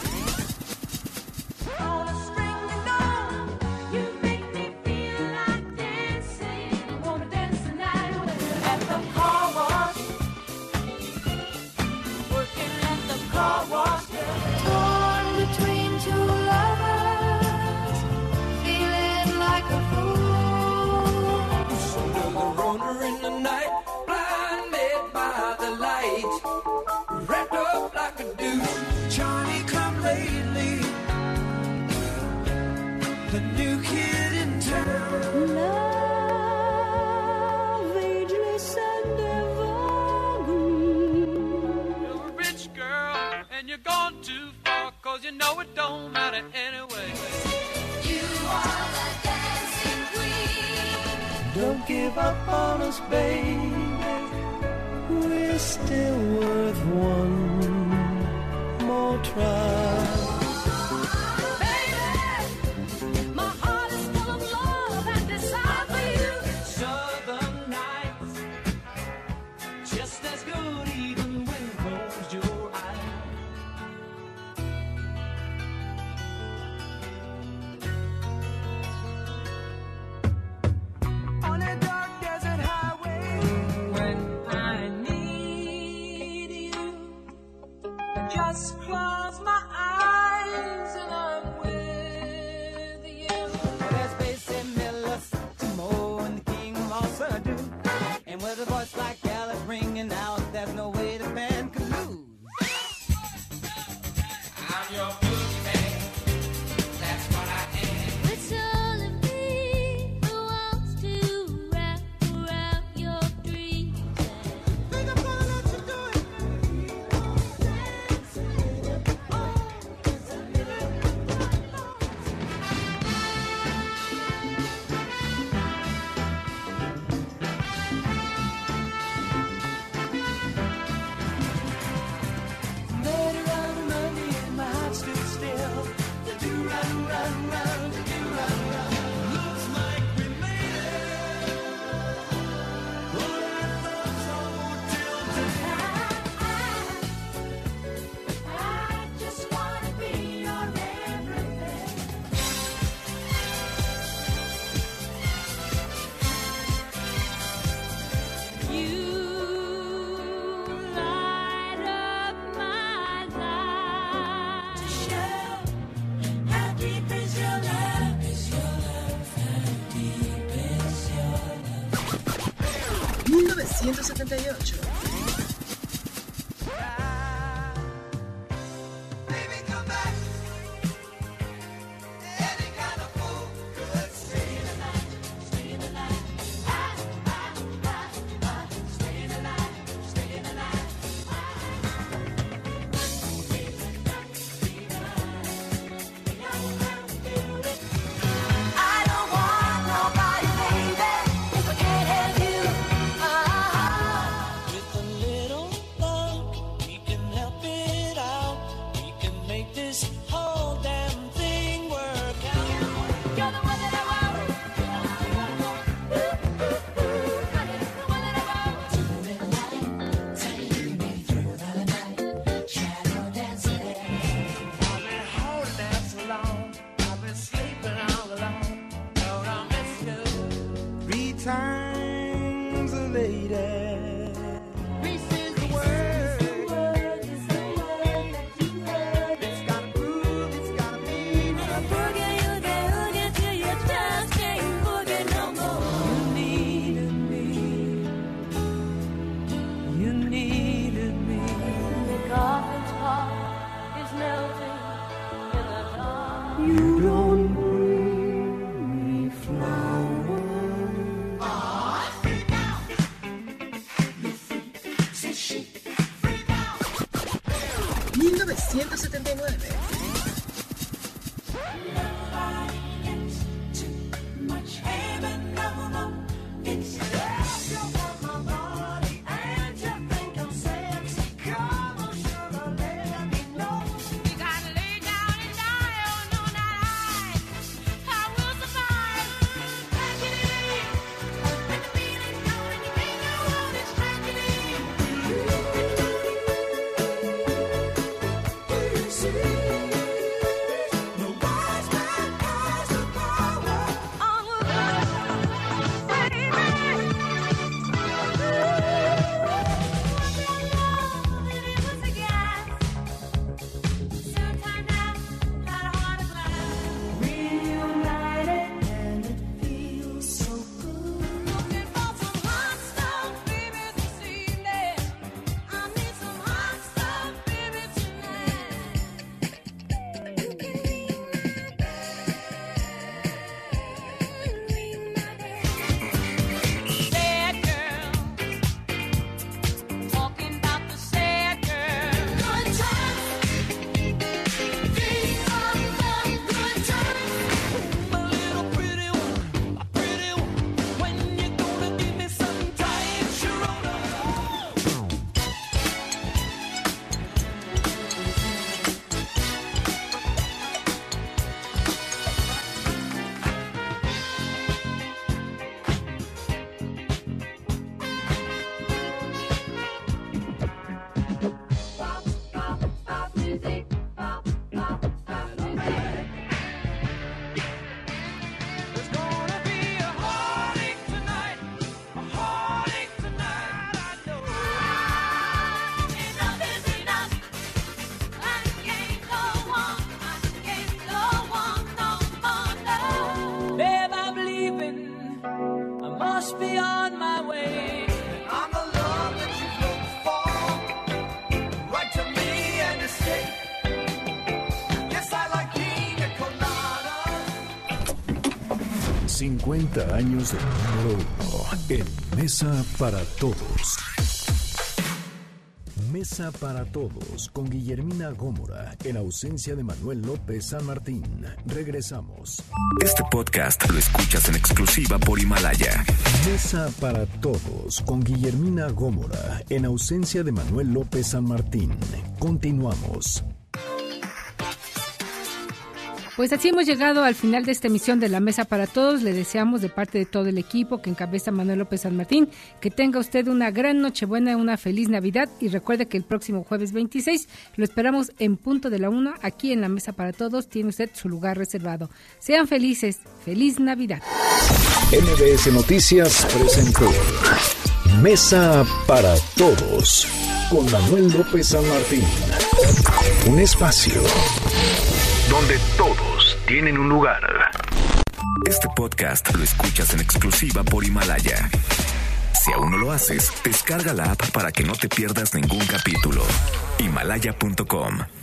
You know it don't matter anyway. You are the dancing queen. Don't give up on us, baby. We're still worth one more try. Baby, my heart is full of love and desire for you. Southern nights, just as good even when closed your eyes. Just close my eyes and I'm with you. There's Basie Miller, Timo, and the King of all do. And with a voice like Alice ringing out, there's no way the band could lose. I'm your boogie man, that's what I am. It's only me who wants to wrap around your dreams. Think I'm gonna let you do it. Times a lady. Reese is the word. It's the word that you heard. It's got a groove, it's got a beat. When I boogie you, they hoogie till you just can't boogie no more. You needed me. You needed me. The coffin's heart is melting in the dark. You don't bring me flowers. 1979. be on my way. I'm the love that you look for. Write to me and escape. Yes, I like pina coladas. 50 años de número 1 en Mesa para Todos. Mesa para Todos con Guillermina Gómora en ausencia de Manuel López San Martín. Regresamos. Este podcast lo escuchas en exclusiva por Himalaya. Mesa para Todos con Guillermina Gómora en ausencia de Manuel López San Martín. Continuamos. Pues así hemos llegado al final de esta emisión de La Mesa para Todos. Le deseamos de parte de todo el equipo que encabeza Manuel López San Martín que tenga usted una gran Nochebuena, una feliz Navidad y recuerde que el próximo jueves 26 lo esperamos en punto de la 1 aquí en La Mesa para Todos. Tiene usted su lugar reservado. Sean felices. ¡Feliz Navidad! MBS Noticias presentó Mesa para Todos con Manuel López San Martín. Un espacio donde todos tienen un lugar. Este podcast lo escuchas en exclusiva por Himalaya. Si aún no lo haces, descarga la app para que no te pierdas ningún capítulo. Himalaya.com